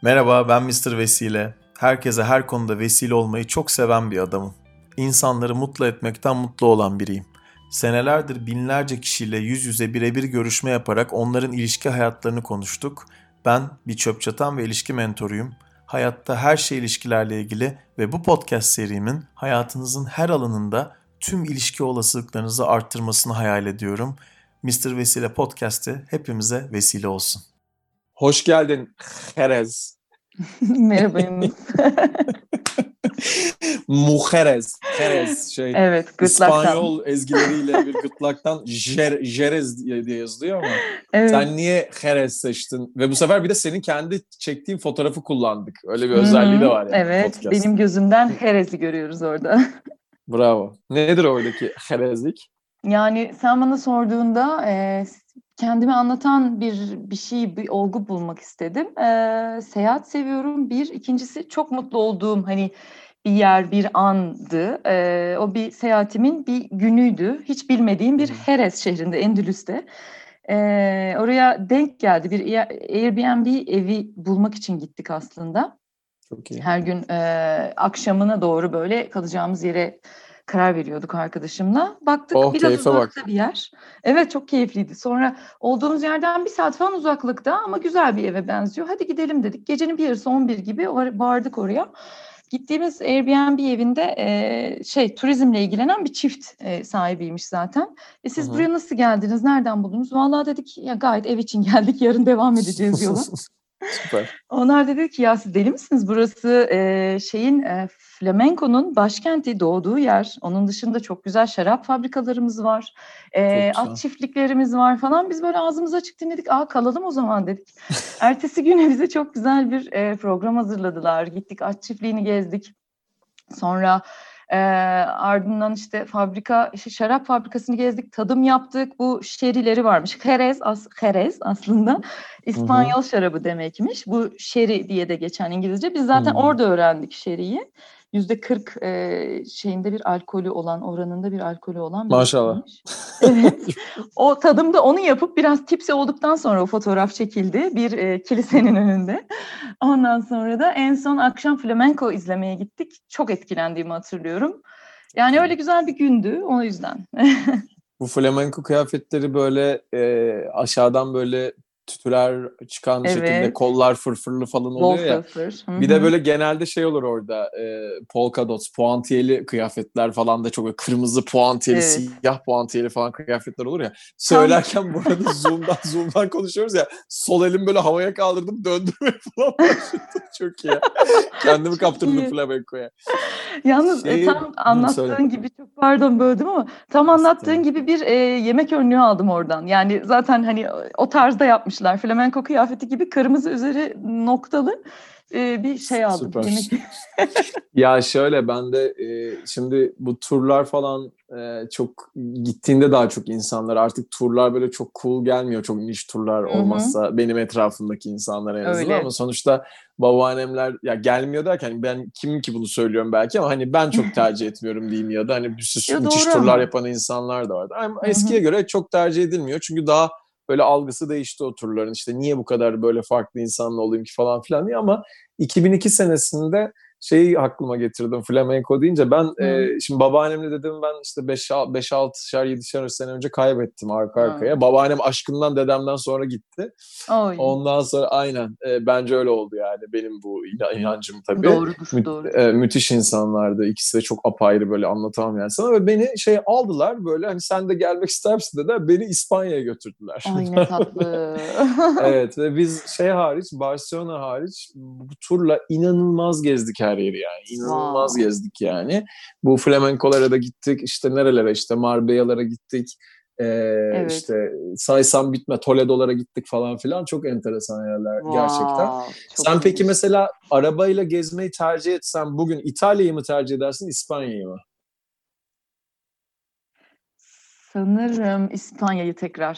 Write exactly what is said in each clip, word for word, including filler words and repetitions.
Merhaba, ben mister Vesile. Herkese her konuda vesile olmayı çok seven bir adamım. İnsanları mutlu etmekten mutlu olan biriyim. Senelerdir binlerce kişiyle yüz yüze birebir görüşme yaparak onların ilişki hayatlarını konuştuk. Ben bir çöp çatan ve ilişki mentoruyum. Hayatta her şey ilişkilerle ilgili ve bu podcast serimin hayatınızın her alanında tüm ilişki olasılıklarınızı arttırmasını hayal ediyorum. mister Vesile Podcast'ı hepimize vesile olsun. Hoş geldin Jerez. Merhaba Yunus. Mujeres, Jerez şey. Evet, gırtlaktan. İspanyol ezgileriyle bir gırtlaktan Jer, Jerez diye, diye yazılıyor ama Evet. sen niye Jerez seçtin? Ve bu sefer bir de senin kendi çektiğin fotoğrafı kullandık. Öyle bir özelliği de var yani. Evet, podcast. benim gözümden Jerez'i görüyoruz orada. Bravo. Nedir oradaki Jerezlik? Yani sen bana sorduğunda e, kendimi anlatan bir bir şey, bir olgu bulmak istedim. E, seyahat seviyorum. Bir, ikincisi çok mutlu olduğum hani bir yer, bir andı. E, o bir seyahatimin bir günüydü. Hiç bilmediğim bir Jerez şehrinde, Endülüs'te. E, oraya denk geldi. Bir Airbnb evi bulmak için gittik aslında. Çok iyi. Her gün e, akşamına doğru böyle kalacağımız yere karar veriyorduk arkadaşımla. Baktık Oh, biraz keyfe uzakta bak. bir yer. Evet, çok keyifliydi. Sonra olduğumuz yerden bir saat falan uzaklıkta ama güzel bir eve benziyor. Hadi gidelim dedik. Gecenin bir yarısı on bir gibi vardık oraya. Gittiğimiz Airbnb evinde e, şey turizmle ilgilenen bir çift e, sahibiymiş zaten. E, siz Hı hı. buraya nasıl geldiniz? Nereden buldunuz? Vallahi dedik ya gayet ev için geldik. Yarın devam edeceğiz yola. Süper. Onlar dedi ki ya siz deli misiniz? Burası e, şeyin e, flamenko'nun başkenti, doğduğu yer. Onun dışında çok güzel şarap fabrikalarımız var. E, Çok at güzel. çiftliklerimiz var falan. Biz böyle ağzımız açık dinledik. Aa kalalım o zaman dedik. Ertesi güne bize çok güzel bir e, program hazırladılar. Gittik at çiftliğini gezdik. Sonra e, ardından işte fabrika, işte şarap fabrikasını gezdik, tadım yaptık. Bu şerileri varmış. Jerez, as, Jerez aslında İspanyol şarabı demekmiş. Bu şeri diye de geçen İngilizce. Biz zaten Hmm. orada öğrendik şeriyi. Yüzde kırk e, şeyinde bir alkolü olan, oranında bir alkolü olan bir Maşallah. içkiymiş. Evet. O tadımda onu yapıp biraz tipsi olduktan sonra o fotoğraf çekildi bir e, kilisenin önünde. Ondan sonra da en son akşam flamenko izlemeye gittik. Çok etkilendiğimi hatırlıyorum. Yani öyle güzel bir gündü o yüzden. Bu flamenko kıyafetleri böyle e, aşağıdan böyle tütüler çıkan şekilde Evet. kollar fırfırlı falan Bol oluyor ya. fırfır. Hı Bir de hı. böyle genelde şey olur orada e, polka dots, puantiyeli kıyafetler falan da çok böyle kırmızı puantiyeli, Evet. siyah puantiyeli falan kıyafetler olur ya. Söylerken bu arada zoom'dan zoom'dan konuşuyoruz ya. Sol elim böyle havaya kaldırdım, döndürmeye falan başladım. Çok iyi. Kendimi kaptırdım iyi. flamenkoya. Yalnız e, Şeyi- tam Hı, anlattığın söyle. gibi, çok pardon böldüm ama tam anlattığın Tamam. gibi bir e, yemek örneği aldım oradan. Yani zaten hani o tarzda yapmışlar. Flamenko kıyafeti gibi kırmızı üzeri noktalı e, bir şey aldım. Süper. Yemek. Ya şöyle ben de e, şimdi bu turlar falan e, çok gittiğinde daha çok insanlar artık turlar böyle çok cool gelmiyor. Çok niş turlar Hı hı. olmazsa benim etrafımdaki insanlara en azından Öyle. ama sonuçta babaannemler ya gelmiyor derken ben kimim ki bunu söylüyorum belki ama hani ben çok tercih etmiyorum diyeyim ya da hani bir sürü Ya müthiş doğru turlar ama. yapan insanlar da vardı. Ama Hı hı. eskiye göre çok tercih edilmiyor çünkü daha böyle algısı değişti o turların işte niye bu kadar böyle farklı insanla olayım ki falan filan diye ama iki bin iki senesinde şeyi aklıma getirdim flamenko deyince ben e, şimdi babaannemle dedemi ben işte beş altışar yedişer sene önce kaybettim arka arkaya. Hı. Babaannem aşkından dedemden sonra gitti. Oy. Ondan sonra aynen e, bence öyle oldu yani benim bu inancım tabii. Doğrudur, Mü- doğru. e, müthiş insanlardı. İkisi de çok apayrı böyle anlatamam yani sana ve beni şey aldılar böyle hani sen de gelmek ister misin dediler. Beni İspanya'ya götürdüler. Ay ne tatlı. Evet ve biz şey hariç Barcelona hariç bu turla inanılmaz gezdik her yeri yani. İnanılmaz Wow. gezdik yani. Bu flamenkolara da gittik işte nerelere işte Marbella'lara gittik. Ee, Evet. işte saysam bitme Toledo'lara gittik falan filan. Çok enteresan yerler gerçekten. Wow. Çok Sen peki iyiymiş. mesela arabayla gezmeyi tercih etsen bugün İtalya'yı mı tercih edersin İspanya'yı mı? Sanırım İspanya'yı tekrar.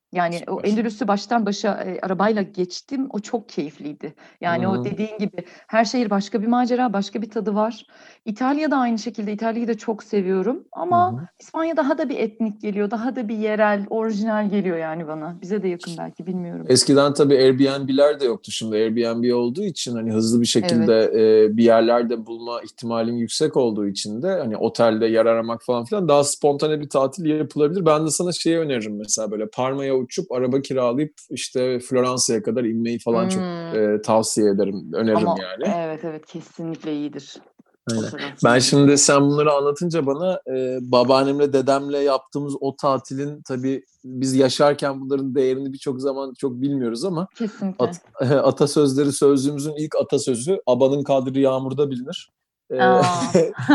Yani o Süper. Endülüs'ü baştan başa e, arabayla geçtim. O çok keyifliydi. Yani o Hı-hı. dediğin gibi her şehir başka bir macera, başka bir tadı var. İtalya da aynı şekilde. İtalya'yı da çok seviyorum. Ama Hı-hı. İspanya daha da bir etnik geliyor. Daha da bir yerel, orijinal geliyor yani bana. Bize de yakın belki, bilmiyorum. Eskiden tabii Airbnb'ler de yoktu. Şimdi Airbnb olduğu için hani hızlı bir şekilde Evet, e, bir yerlerde bulma ihtimalin yüksek olduğu için de hani otelde yer aramak falan filan daha spontane bir tatil yapılabilir. Ben de sana şeyi öneririm mesela böyle Parma'ya uçup araba kiralayıp işte Floransa'ya kadar inmeyi falan çok hmm, e, tavsiye ederim, öneririm ama yani. evet evet kesinlikle iyidir o Aynen. taraf Ben yani. şimdi sen bunları anlatınca bana e, babaannemle dedemle yaptığımız o tatilin tabii biz yaşarken bunların değerini birçok zaman çok bilmiyoruz ama at, Kesinlikle. atasözleri sözlüğümüzün ilk atasözü abanın kadri yağmurda bilinir. E, Aa.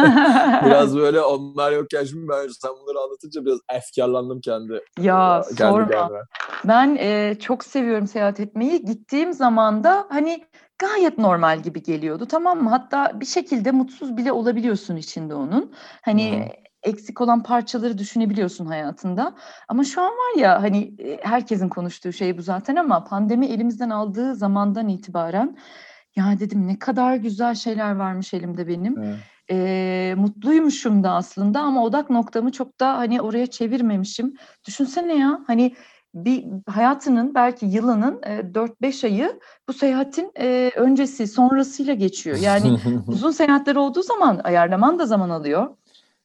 biraz böyle onlar yokken şimdi ben sen bunları anlatınca biraz efkarlandım kendi Ya kendi sorma. kendime. Ben e, çok seviyorum seyahat etmeyi. Gittiğim zaman da hani gayet normal gibi geliyordu, tamam mı? Hatta bir şekilde mutsuz bile olabiliyorsun içinde onun. Hı Hani hı. eksik olan parçaları düşünebiliyorsun hayatında. Ama şu an var ya hani e, herkesin konuştuğu şey bu zaten ama pandemi elimizden aldığı zamandan itibaren ya dedim ne kadar güzel şeyler varmış elimde benim. Evet. E, mutluymuşum da aslında ama odak noktamı çok da hani oraya çevirmemişim. Düşünsene ya hani bir hayatının belki yılının e, dört beş ayı bu seyahatin e, öncesi sonrasıyla geçiyor. Yani uzun seyahatler olduğu zaman ayarlaman da zaman alıyor.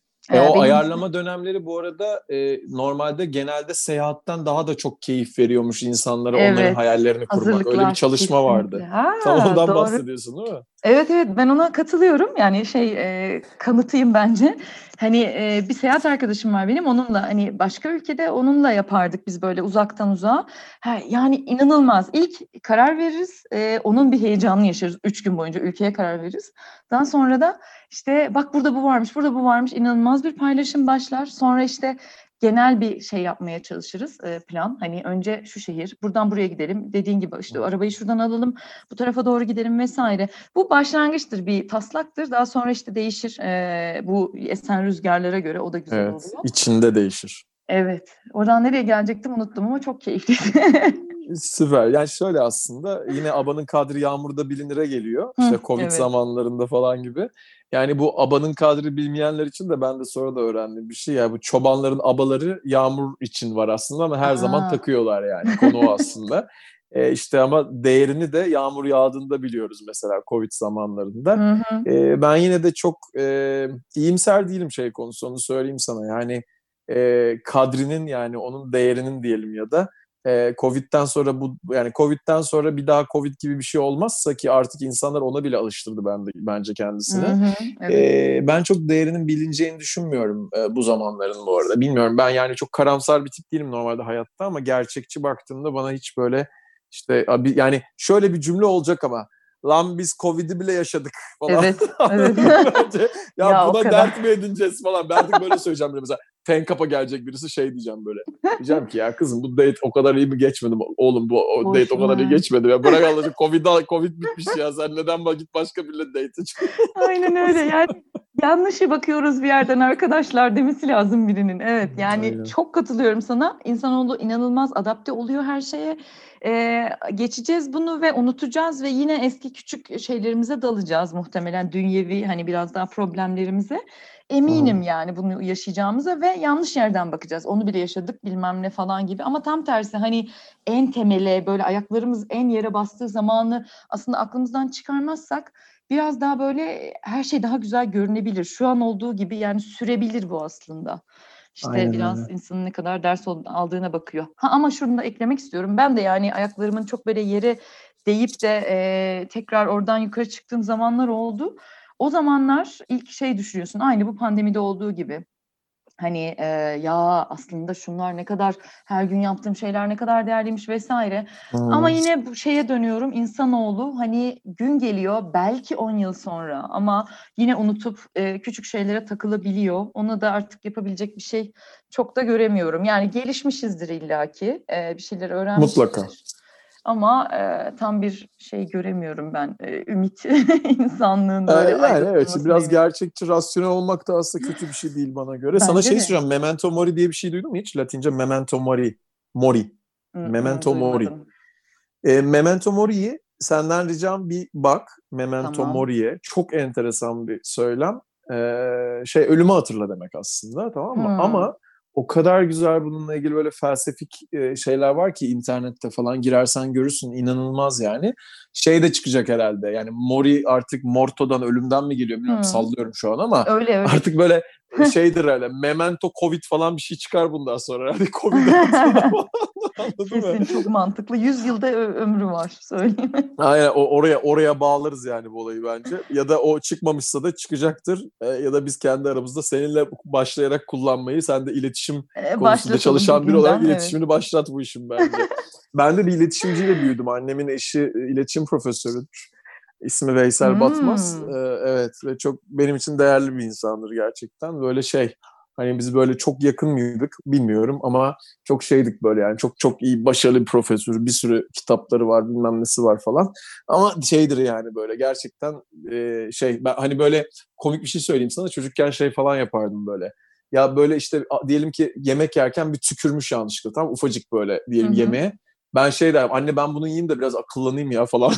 E E, o benim ayarlama dönemleri bu arada e, normalde genelde seyahatten daha da çok keyif veriyormuş insanlara onların evet hayallerini kurmak. Öyle bir hazırlıklar çalışma kesinlikle. vardı. Tam Ha, ondan doğru. bahsediyorsun değil mi? Evet evet ben ona katılıyorum. Yani şey e, kanıtıyım bence. Hani e, bir seyahat arkadaşım var benim. Onunla hani başka ülkede onunla yapardık biz böyle uzaktan uzağa. Ha, yani inanılmaz. İlk karar veririz. E, onun bir heyecanını yaşarız. Üç gün boyunca ülkeye karar veririz. Daha sonra da işte bak burada bu varmış, burada bu varmış. İnanılmaz bir paylaşım başlar. Sonra işte genel bir şey yapmaya çalışırız e, plan. Hani önce şu şehir, buradan buraya gidelim. Dediğin gibi işte arabayı şuradan alalım, bu tarafa doğru gidelim vesaire. Bu başlangıçtır, bir taslaktır. Daha sonra işte değişir. Ee, bu esen rüzgarlara göre o da güzel Evet. oluyor. İçinde değişir. Evet. Oradan nereye gelecektim unuttum ama çok keyifliydi. Süper. Yani şöyle aslında yine abanın kadri yağmurda bilinire geliyor. Hı, İşte Covid evet. zamanlarında falan gibi. Yani bu abanın kadri bilmeyenler için de ben de sonra da öğrendiğim bir şey. Yani bu çobanların abaları yağmur için var aslında ama her zaman Aa. takıyorlar yani. Konu o aslında. E işte ama değerini de yağmur yağdığında biliyoruz mesela Covid zamanlarında. Hı hı. E, ben yine de çok e, iyimser değilim şey konusu onu söyleyeyim sana. Yani e, kadrinin yani onun değerinin diyelim ya da e, Covid'den sonra bu yani Covid'den sonra bir daha Covid gibi bir şey olmazsa ki artık insanlar ona bile alıştırdı ben de, bence Hı kendisini. hı. Evet. E, ben çok değerinin bilineceğini düşünmüyorum e, bu zamanların bu arada. Bilmiyorum ben yani çok karamsar bir tip değilim normalde hayatta ama gerçekçi baktığımda bana hiç böyle işte abi, yani şöyle bir cümle olacak ama lan biz Covid'i bile yaşadık falan Evet. Evet. anladın mı bence? Ya Ya o buna kadar. dert mi edineceğiz falan. Ben artık böyle söyleyeceğim böyle mesela. Tenkap'a gelecek birisi şey diyeceğim böyle. Diyeceğim ki ya kızım bu date o kadar iyi mi geçmedi mi? Oğlum bu o date Boş o kadar iyi ver. geçmedi. Ya bırak Allah aşkına Covid, Covid bitmiş ya. Sen neden bak git başka biriyle date çık. Aynen öyle. Yani yanlışı bakıyoruz bir yerden arkadaşlar demesi lazım birinin. Evet yani Aynen. çok katılıyorum sana. İnsanoğlu inanılmaz adapte oluyor her şeye. Ee, geçeceğiz bunu ve unutacağız ve yine eski küçük şeylerimize dalacağız muhtemelen dünyevi hani biraz daha problemlerimize. Hı-hı. Eminim yani bunu yaşayacağımıza ve yanlış yerden bakacağız. Onu bile yaşadık bilmem ne falan gibi. Ama tam tersi hani en temele böyle ayaklarımız en yere bastığı zamanı aslında aklımızdan çıkarmazsak biraz daha böyle her şey daha güzel görünebilir. Şu an olduğu gibi yani sürebilir bu aslında. İşte Aynen biraz öyle. insanın ne kadar ders aldığına bakıyor. Ha ama şunu da eklemek istiyorum. Ben de yani ayaklarımın çok böyle yere değip de e, tekrar oradan yukarı çıktığım zamanlar oldu. O zamanlar ilk şey düşünüyorsun. Aynı bu pandemide olduğu gibi. Hani e, ya aslında şunlar ne kadar her gün yaptığım şeyler ne kadar değerliymiş vesaire. Ama Hı. yine bu şeye dönüyorum insanoğlu hani gün geliyor belki on yıl sonra ama yine unutup e, küçük şeylere takılabiliyor. Onu da artık yapabilecek bir şey çok da göremiyorum. Yani gelişmişizdir illaki e, bir şeyler Mutlaka. öğrenmişizdir. Ama e, tam bir şey göremiyorum ben. E, ümit insanlığın Ee, böyle yani ayda evet durmasına biraz eminim. gerçekçi, rasyonel olmak da aslında kötü bir şey değil bana göre. Sana Bence şey de. soracağım. Memento Mori diye bir şey duydun mu hiç? Latince Memento Mori. Mori. Hı, Memento Mori. duymadım. E, Memento Mori'yi senden ricam bir bak. Memento Tamam. Mori'ye. Çok enteresan bir söylem. Ee, şey ölümü hatırla demek aslında, tamam mı? Hmm. Ama o kadar güzel bununla ilgili böyle felsefik e, şeyler var ki internette falan girersen görürsün, inanılmaz yani. Şey de çıkacak herhalde. Yani Mori artık mortodan, ölümden mi geliyor bilmiyorum. Hmm. Sallıyorum şu an ama Öyle öyle. artık böyle şeydir öyle. Memento Covid falan bir şey çıkar bundan sonra. Hadi Covid'i hatırla falan. Anladın mı? Kesin çok mantıklı. yüz yılda ö- ömrü var söyleyeyim. Aynen, o oraya oraya bağlarız yani bu olayı bence. Ya da o çıkmamışsa da çıkacaktır. Ee, ya da biz kendi aramızda seninle başlayarak kullanmayı, sen de iletişim Ee, konusunda başlatalım çalışan biri olarak bugünden, evet. iletişimini başlat bu işin bence. Ben de bir iletişimciyle büyüdüm. Annemin eşi e, iletişim profesörüdür. İsmi Veysel Batmaz. Hmm. Ee, evet ve çok benim için değerli bir insandır gerçekten. Böyle şey, hani biz böyle çok yakın mıydık bilmiyorum ama çok şeydik böyle yani. Çok çok iyi, başarılı bir profesör. Bir sürü kitapları var, bilmem nesi var falan. Ama şeydir yani, böyle gerçekten e, şey, ben hani böyle komik bir şey söyleyeyim sana. Çocukken şey falan yapardım böyle. Ya böyle işte a- diyelim ki yemek yerken bir tükürmüş yanlışlıkla, tamam, ufacık böyle diyelim Hı hı. yemeğe. Ben şey derim, anne ben bunu yiyeyim de biraz akıllanayım ya falan.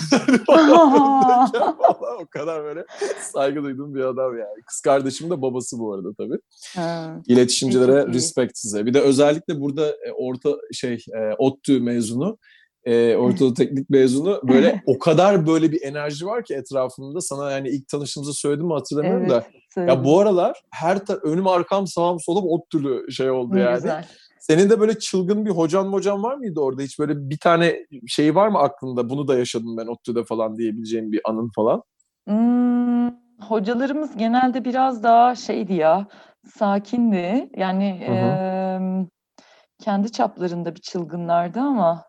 falan. O kadar böyle saygı duyduğum bir adam yani. Kız kardeşim de babası bu arada tabii. Ha, İletişimcilere çok iyi. respect size. Bir de özellikle burada e, orta şey e, ODTÜ mezunu, e, Ortadoğu Teknik mezunu, böyle o kadar böyle bir enerji var ki etrafımda. Sana yani ilk tanıştığımızda söyledim mi hatırlamıyorum Evet, da. Ya bu aralar her ta- önüm arkam sağım solum ODTÜ'lü şey oldu ne yani. güzel. Senin de böyle çılgın bir hocan mocan var mıydı orada? Hiç böyle bir tane şey var mı aklında? Bunu da yaşadım ben ODTÜ'de falan diyebileceğim bir anın falan. Hmm, hocalarımız genelde biraz daha şeydi ya, sakindi. Yani Hı hı. em, kendi çaplarında bir çılgınlardı ama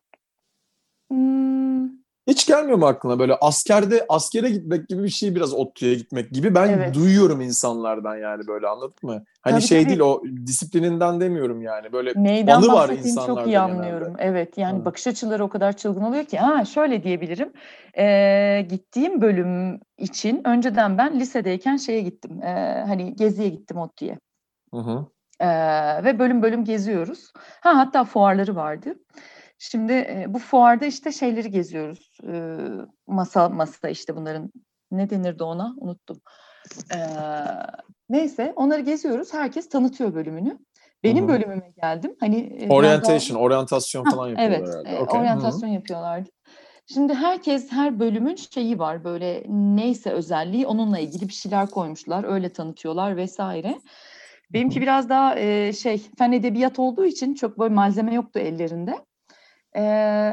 hmm, Hiç gelmiyor mu aklına böyle askerde askere gitmek gibi bir şey, biraz ODTÜ'ye gitmek gibi? Ben evet. duyuyorum insanlardan yani, böyle, anladın mı? Hani Tabii şey değil, tabii. o disiplininden demiyorum yani. Böyle Neyden anı var bahsettiğini çok iyi insanlarda genelde. anlıyorum. Evet, yani Ha. bakış açıları o kadar çılgın oluyor ki. Ha, şöyle diyebilirim. Ee, gittiğim bölüm için önceden ben lisedeyken şeye gittim. Ee, hani geziye gittim ODTÜ'ye. Hı hı. Ee, ve bölüm bölüm geziyoruz. Ha, hatta fuarları vardı. Şimdi e, bu fuarda işte şeyleri geziyoruz. Ee, masa masa işte bunların ne denirdi ona? Unuttum. Ee, neyse onları geziyoruz. Herkes tanıtıyor bölümünü. Hı Benim hı. bölümüme geldim. Hani e, biraz daha Orientation, oryantasyon Hah, falan yapıyorlar evet, herhalde. e, Okey. Hı hı. oryantasyon yapıyorlardı. Şimdi herkes her bölümün şeyi var böyle neyse özelliği onunla ilgili bir şeyler koymuşlar. Öyle tanıtıyorlar vesaire. Benimki Hı biraz daha e, şey fen edebiyat olduğu için çok böyle malzeme yoktu ellerinde. E,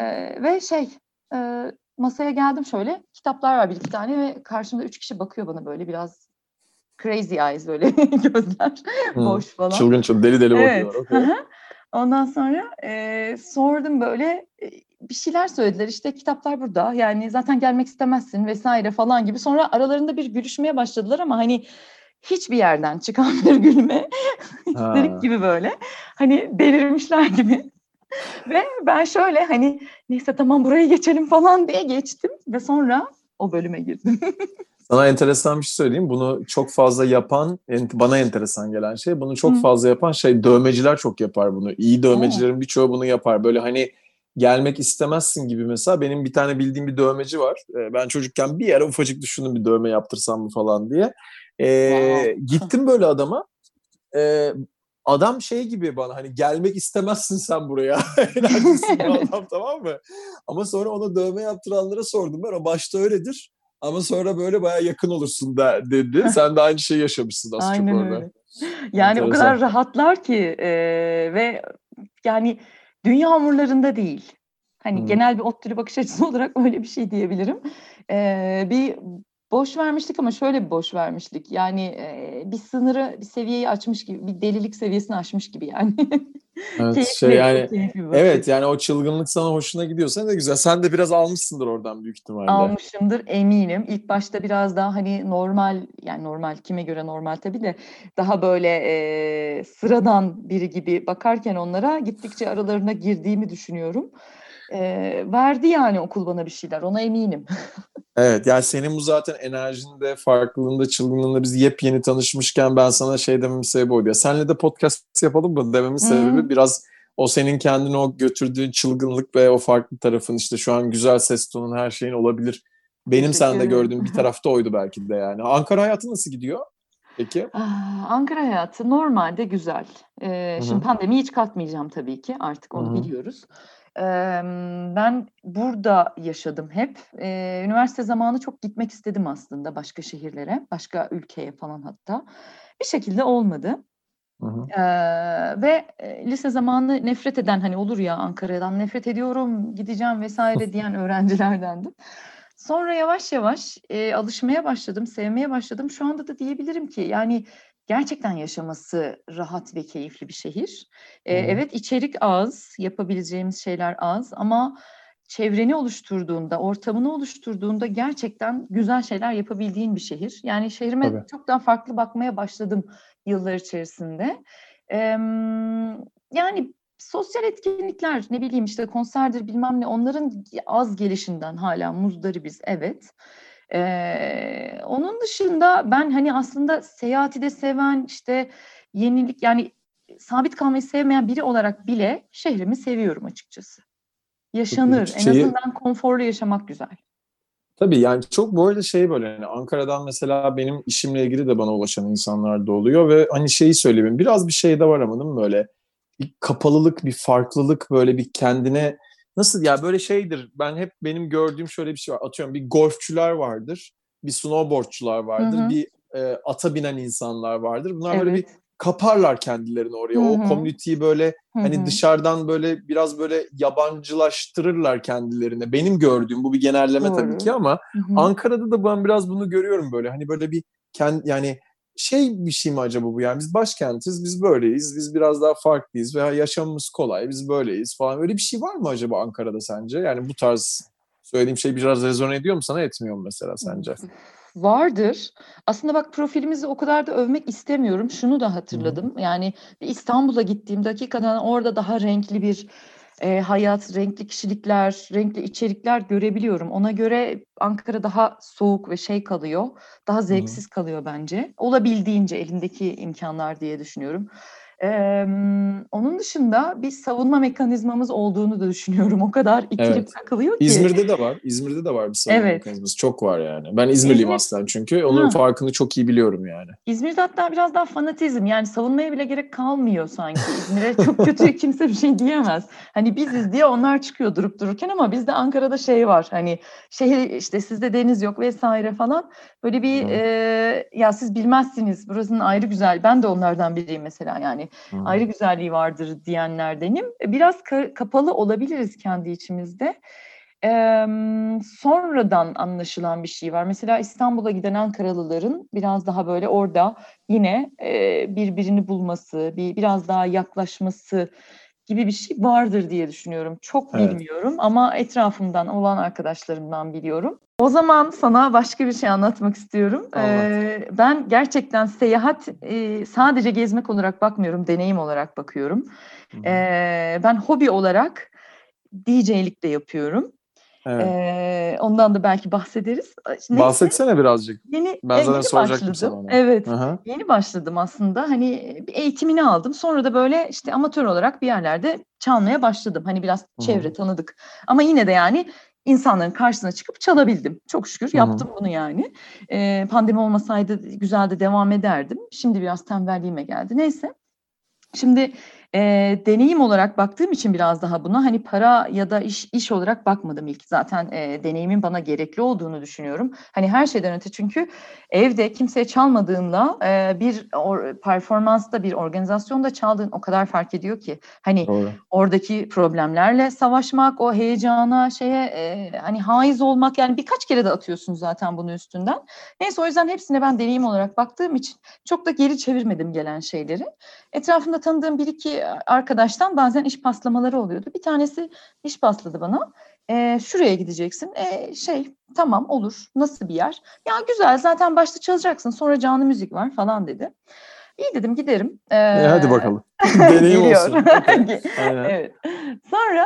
ve şey e, masaya geldim şöyle kitaplar var bir iki tane ve karşımda üç kişi bakıyor bana böyle biraz crazy eyes böyle gözler hı. boş falan. Çılgın çılgın, deli deli Evet. bakıyorlar. Okey. Ondan sonra e, sordum böyle e, bir şeyler söylediler işte kitaplar burada yani zaten gelmek istemezsin vesaire falan gibi. Sonra aralarında bir gülüşmeye başladılar ama hani hiçbir yerden çıkan bir gülme histerik Ha. gibi böyle hani delirmişler gibi. Ve ben şöyle hani neyse tamam burayı geçelim falan diye geçtim ve sonra o bölüme girdim. Sana enteresan bir şey söyleyeyim. Bunu çok fazla yapan, bana enteresan gelen şey, bunu çok Hı. fazla yapan şey, dövmeciler çok yapar bunu. İyi Oo. dövmecilerin birçoğu bunu yapar. Böyle hani gelmek istemezsin gibi mesela. Benim bir tane bildiğim bir dövmeci var. Ee, Ben çocukken bir ara ufacık düşündüm bir dövme yaptırsam mı falan diye. Ee, Wow. gittim böyle adama. Ee, Adam şey gibi bana, hani gelmek istemezsin sen buraya. Enerjisinde Evet. adam, tamam mı? Ama sonra ona dövme yaptıranlara sordum ben. O başta öyledir. Ama sonra böyle bayağı yakın olursun da, dedi. Sen de aynı şeyi yaşamışsın az çok Aynen orada. öyle. Yani o Enteresan. kadar rahatlar ki e, ve yani dünya umurlarında değil. Hani Hı. genel bir ODTÜ'lü bakış açısı olarak öyle bir şey diyebilirim. E, bir boş vermişlik ama şöyle bir boş vermişlik. Yani e, bir sınırı, bir seviyeyi aşmış gibi, bir delilik seviyesini aşmış gibi yani. Evet, şey Keyifli, çok yani, keyifli bir bakış evet açısı. yani o çılgınlık sana hoşuna gidiyorsa ne güzel. Sen de biraz almışsındır oradan büyük ihtimalle. Almışımdır eminim. İlk başta biraz daha hani normal yani normal kime göre normal tabii de daha böyle e, sıradan biri gibi bakarken onlara gittikçe aralarına girdiğimi düşünüyorum. E, verdi yani okul bana bir şeyler ona eminim. Evet yani senin bu zaten enerjinde, farklılığında, çılgınlığında biz yepyeni tanışmışken ben sana şey dememin sebebi oydu. Ya senle de podcast yapalım mı dememin Hmm, sebebi biraz o senin kendini o götürdüğün çılgınlık ve o farklı tarafın, işte şu an güzel ses tonun, her şeyin olabilir. Benim Teşekkür sende ederim. gördüğüm bir tarafta oydu belki de yani. Ankara hayatı nasıl gidiyor peki? Ah, Ankara hayatı normalde güzel. Eee, Hı şimdi hı. pandemiyi hiç katmayacağım tabii ki. Artık Hı onu hı. biliyoruz. Emm, ben burada yaşadım hep. Eee, üniversite zamanı çok gitmek istedim aslında başka şehirlere, başka ülkeye falan hatta. Bir şekilde olmadı. Hı hı. Eee, ve, eee, lise zamanı nefret eden, hani, olur ya, "Ankara'dan nefret ediyorum, gideceğim." vesaire diyen öğrencilerdendim. Sonra yavaş yavaş, eee, alışmaya başladım, sevmeye başladım. Şu anda da diyebilirim ki, yani, gerçekten yaşaması rahat ve keyifli bir şehir. Hı Eee, hı. evet, içerik az, yapabileceğimiz şeyler az ama çevreni oluşturduğunda, ortamını oluşturduğunda gerçekten güzel şeyler yapabildiğin bir şehir. Yani, şehrime Tabii. çok daha farklı bakmaya başladım yıllar içerisinde. Emm, yani, sosyal etkinlikler, ne bileyim, işte, konserdir bilmem ne, onların az gelişinden hâlâ muzdaribiz, evet. Eee, onun dışında ben, hani, aslında seyahati de seven, işte, yenilik, yani, sabit kalmayı sevmeyen biri olarak bile şehrimi seviyorum açıkçası. Çok iyi. Yaşanır, en Şeyi azından konforlu yaşamak güzel. Tabii, yani, çok bu arada şey, böyle, hani, Ankara'dan mesela benim işimle ilgili de bana ulaşan insanlar da oluyor ve, hani, şeyi söyleyeyim, biraz bir şey de var ama değil mi böyle? Bir kapalılık, bir farklılık, böyle bir kendine nasıl ya, böyle şeydir, ben hep benim gördüğüm şöyle bir şey var. Atıyorum bir golfçüler vardır, bir snowboardçular Hı vardır, hı. bir, eee, ata binen insanlar vardır. Bunlar böyle bir Evet. kaparlar kendilerini oraya. Hı O hı. community'yi böyle, Hı hani, hı. dışarıdan böyle biraz böyle yabancılaştırırlar kendilerini. Benim gördüğüm, bu bir genelleme tabii ki Doğru. ama Hı hı. Ankara'da da ben biraz bunu görüyorum böyle. Hani, böyle bir ken yani şey bir şey mi acaba bu yani? Biz başkentiz, biz böyleyiz, biz biraz daha farklıyız veya yaşamımız kolay, biz böyleyiz falan. Öyle bir şey var mı acaba Ankara'da sence? Yani bu tarz söylediğim şey biraz rezone ediyor mu sana, etmiyor mu mesela sence? Vardır. Aslında bak profilimizi o kadar da övmek istemiyorum. Şunu da Hı hı. hatırladım. Yani bir İstanbul'a gittiğimde hakikaten orada daha renkli bir e, hayat, renkli kişilikler, renkli içerikler görebiliyorum. Ona göre Ankara daha soğuk ve şey kalıyor. Daha Hı hı. zevksiz kalıyor bence. Olabildiğince elindeki imkanlar diye düşünüyorum. Emm, onun dışında bir savunma mekanizmamız olduğunu da düşünüyorum. O kadar itilip Evet. kakılıyor ki. İzmir'de de var. İzmir'de de var bir savunma Evet. mekanizması. Çok var yani. Ben İzmirliyim İzmir. aslen çünkü. Onun Ha. farkını çok iyi biliyorum yani. İzmir'de hatta biraz daha fanatizm, yani savunmaya bile gerek kalmıyor sanki. İzmir'e çok kötü kimse bir şey diyemez. Hani biziz diye onlar çıkıyor durup dururken ama bizde Ankara'da şey var, hani şehir işte sizde deniz yok vesaire falan. Böyle bir Hı eee, ya siz bilmezsiniz burasının ayrı güzel. Ben de onlardan biriyim mesela yani. hı. Ayrı güzelliği vardır diyenlerdenim. Biraz ka- kapalı olabiliriz kendi içimizde. Emm, sonradan anlaşılan bir şey var. Mesela İstanbul'a giden Ankaralıların biraz daha böyle orada yine, eee, birbirini bulması, bir biraz daha yaklaşması gibi bir şey vardır diye düşünüyorum. Çok Evet. bilmiyorum ama etrafımdan olan arkadaşlarımdan biliyorum. O zaman sana başka bir şey anlatmak istiyorum. Anlat. Eee, ben gerçekten seyahat, eee, sadece gezmek olarak bakmıyorum, deneyim olarak bakıyorum. Hı hı. Eee, ben hobi olarak D J'lik de yapıyorum. Evet. Eee, ondan da belki bahsederiz. A neyse, Bahsetsene birazcık. yeni Ben eee, zaten yeni soracaktım sana başladım. onu. Hı Evet, hı. yeni başladım aslında. Hani, bir eğitimini aldım. Sonra da böyle, işte, amatör olarak bir yerlerde çalmaya başladım. Hani, biraz Hı hı. çevre tanıdık ama yine de, yani, insanların karşısına çıkıp çalabildim. Çok şükür Hı hı. yaptım bunu, yani. Eee, pandemi olmasaydı güzel de devam ederdim. Şimdi biraz tembelliğime geldi. Neyse. Şimdi, eee, deneyim olarak baktığım için biraz daha buna, hani, para ya da iş iş olarak bakmadım ilk. Zaten, eee, deneyimin bana gerekli olduğunu düşünüyorum. Hani, her şeyden öte çünkü evde kimseye çalmadığınla, eee, bir or performansta, bir organizasyonda çaldığın o kadar fark ediyor ki. Hani, Doğru. oradaki problemlerle savaşmak, o heyecana, şeye, eee, hani, haiz olmak, yani, birkaç kere de atıyorsun zaten bunu üstünden. Neyse, o yüzden hepsine ben deneyim olarak baktığım için çok da geri çevirmedim gelen şeyleri. Etrafımda tanıdığım bir iki arkadaştan bazen iş paslamaları oluyordu. Bir tanesi iş pasladı bana. Eee, "Şuraya gideceksin." Eee, şey, "Tamam, olur. Nasıl bir yer?" "Ya, güzel, zaten başta çalacaksın, sonra canlı müzik var." falan dedi. İyi dedim, giderim. E, hadi Eee, bakalım. Deneyim geliyor. olsun. Okay. Ge Aynen. Evet. Sonra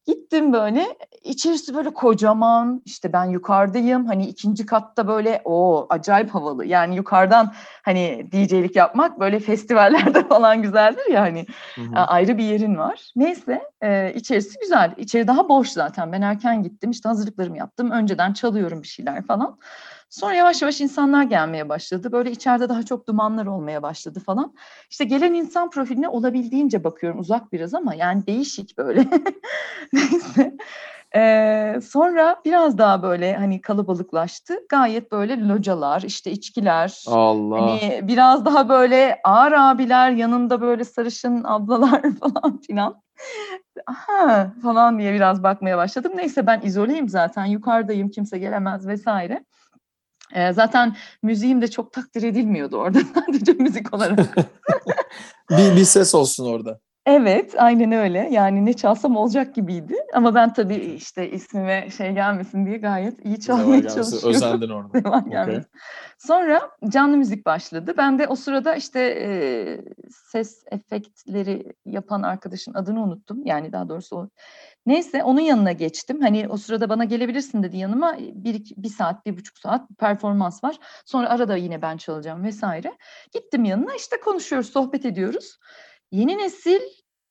Gittim böyle, içerisi böyle kocaman, işte ben yukarıdayım, hani ikinci katta böyle o acayip havalı. Yani yukarıdan hani D J'lik yapmak böyle festivallerde falan güzeldir ya hani Hı hı. ayrı bir yerin var. Neyse e, içerisi güzel. İçeri daha boş zaten. Ben erken gittim, işte hazırlıklarımı yaptım. Önceden çalıyorum bir şeyler falan. Sonra yavaş yavaş insanlar gelmeye başladı. Böyle içeride daha çok dumanlar olmaya başladı falan. İşte gelen insan profiline olabildiğince bakıyorum. Uzak biraz ama yani değişik böyle. Neyse. Ee, sonra biraz daha böyle hani kalabalıklaştı. Gayet böyle localar, işte içkiler, Allah. hani biraz daha böyle ağır abiler, yanında böyle sarışın ablalar falan filan. Aha falan diye biraz bakmaya başladım. Neyse ben izoleyim zaten, yukarıdayım, kimse gelemez vesaire. Ee, zaten müziğim de çok takdir edilmiyordu orada sadece müzik olarak. bir, bir ses olsun orada. Evet, aynen öyle. Yani ne çalsam olacak gibiydi. Ama ben tabii işte ismime şey gelmesin diye gayet iyi Zeval çalmaya gelmesi çalışıyordum. özendin orada. Zeval Okay. gelmesin. Sonra canlı müzik başladı. Ben de o sırada işte e, ses efektleri yapan arkadaşın adını unuttum. Yani daha doğrusu o. Neyse onun yanına geçtim. Hani o sırada bana gelebilirsin dedi yanıma. Bir, iki, bir saat, bir buçuk saat performans var. Sonra arada yine ben çalacağım vesaire. Gittim yanına, işte konuşuyoruz, sohbet ediyoruz. Yeni nesil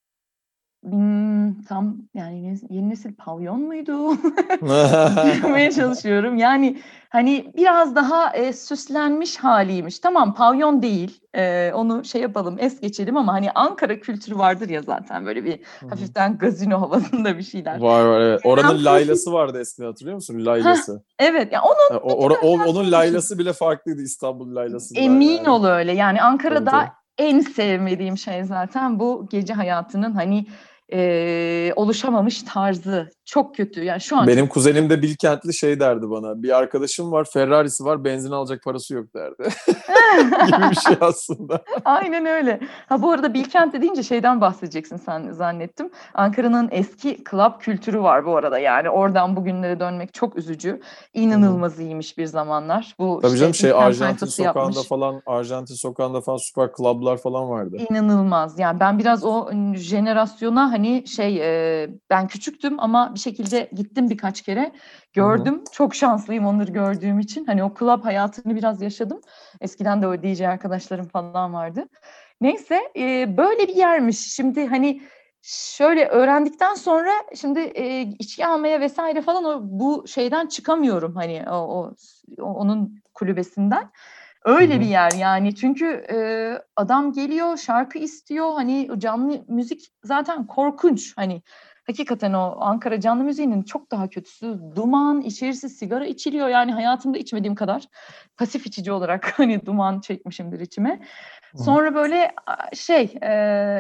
Imm, tam yani yeni yeni nesil pavyon muydu? Düşünmeye çalışıyorum. Yani, hani, biraz daha, eee, süslenmiş hâliymiş. Tamam, pavyon değil, eee, onu şey yapalım, es geçelim ama, hani, Ankara kültürü vardır ya zaten böyle bir Hı hı. hafiften gazino havasında bir şeyler. Var var evet. Gelen Oranın profil. laylası vardı eskiden, hatırlıyor musun? Hah, Laylası. evet. Ya, E, onun o, bir ora- tık o- onun aşağısını düşün. laylası bile farklıydı İstanbul laylasından Emin yani. ol öyle. Yani Tabii Ankara'da tabii. en sevmediğim şey zaten bu gece hayatının hani eee, oluşamamış tarzı. Çok kötü. Yani şu an Benim çok kuzenim de Bilkentli şey derdi bana. Bir arkadaşım var, Ferrari'si var, benzin alacak parası yok derdi. Gibi bir şey aslında. Aynen öyle. Ha bu arada Bilkent deyince şeyden bahsedeceksin sen zannettim. Ankara'nın eski club kültürü var bu arada. Yani oradan bugünlere dönmek çok üzücü. Hı hı. İnanılmaz iyiymiş bir zamanlar. Bu Tabii işte canım şey İlkan Arjantin tayfası sokağında yapmış. falan, Arjantin sokağında falan süper club'lar falan vardı. İnanılmaz. Yani ben biraz o jenerasyona hani şey e, ben küçüktüm ama bir şekilde gittim birkaç kere. Hı hı. Gördüm. Çok şanslıyım onları gördüğüm için. Hani o club hayatını biraz yaşadım. Eskiden de o D J arkadaşlarım falan vardı. Neyse e, böyle bir yermiş. Şimdi hani şöyle öğrendikten sonra şimdi e, içki almaya vesaire falan o bu şeyden çıkamıyorum hani o, o o- onun kulübesinden. Hı Öyle bir hı. yer yani çünkü e, adam geliyor şarkı istiyor hani canlı müzik zaten korkunç hani hakikaten o Ankara canlı müziğinin çok daha kötüsü duman içerisi sigara içiliyor yani hayatımda içmediğim kadar pasif içici olarak hani duman çekmişimdir içime. Hı hı. Sonra böyle a, şey e,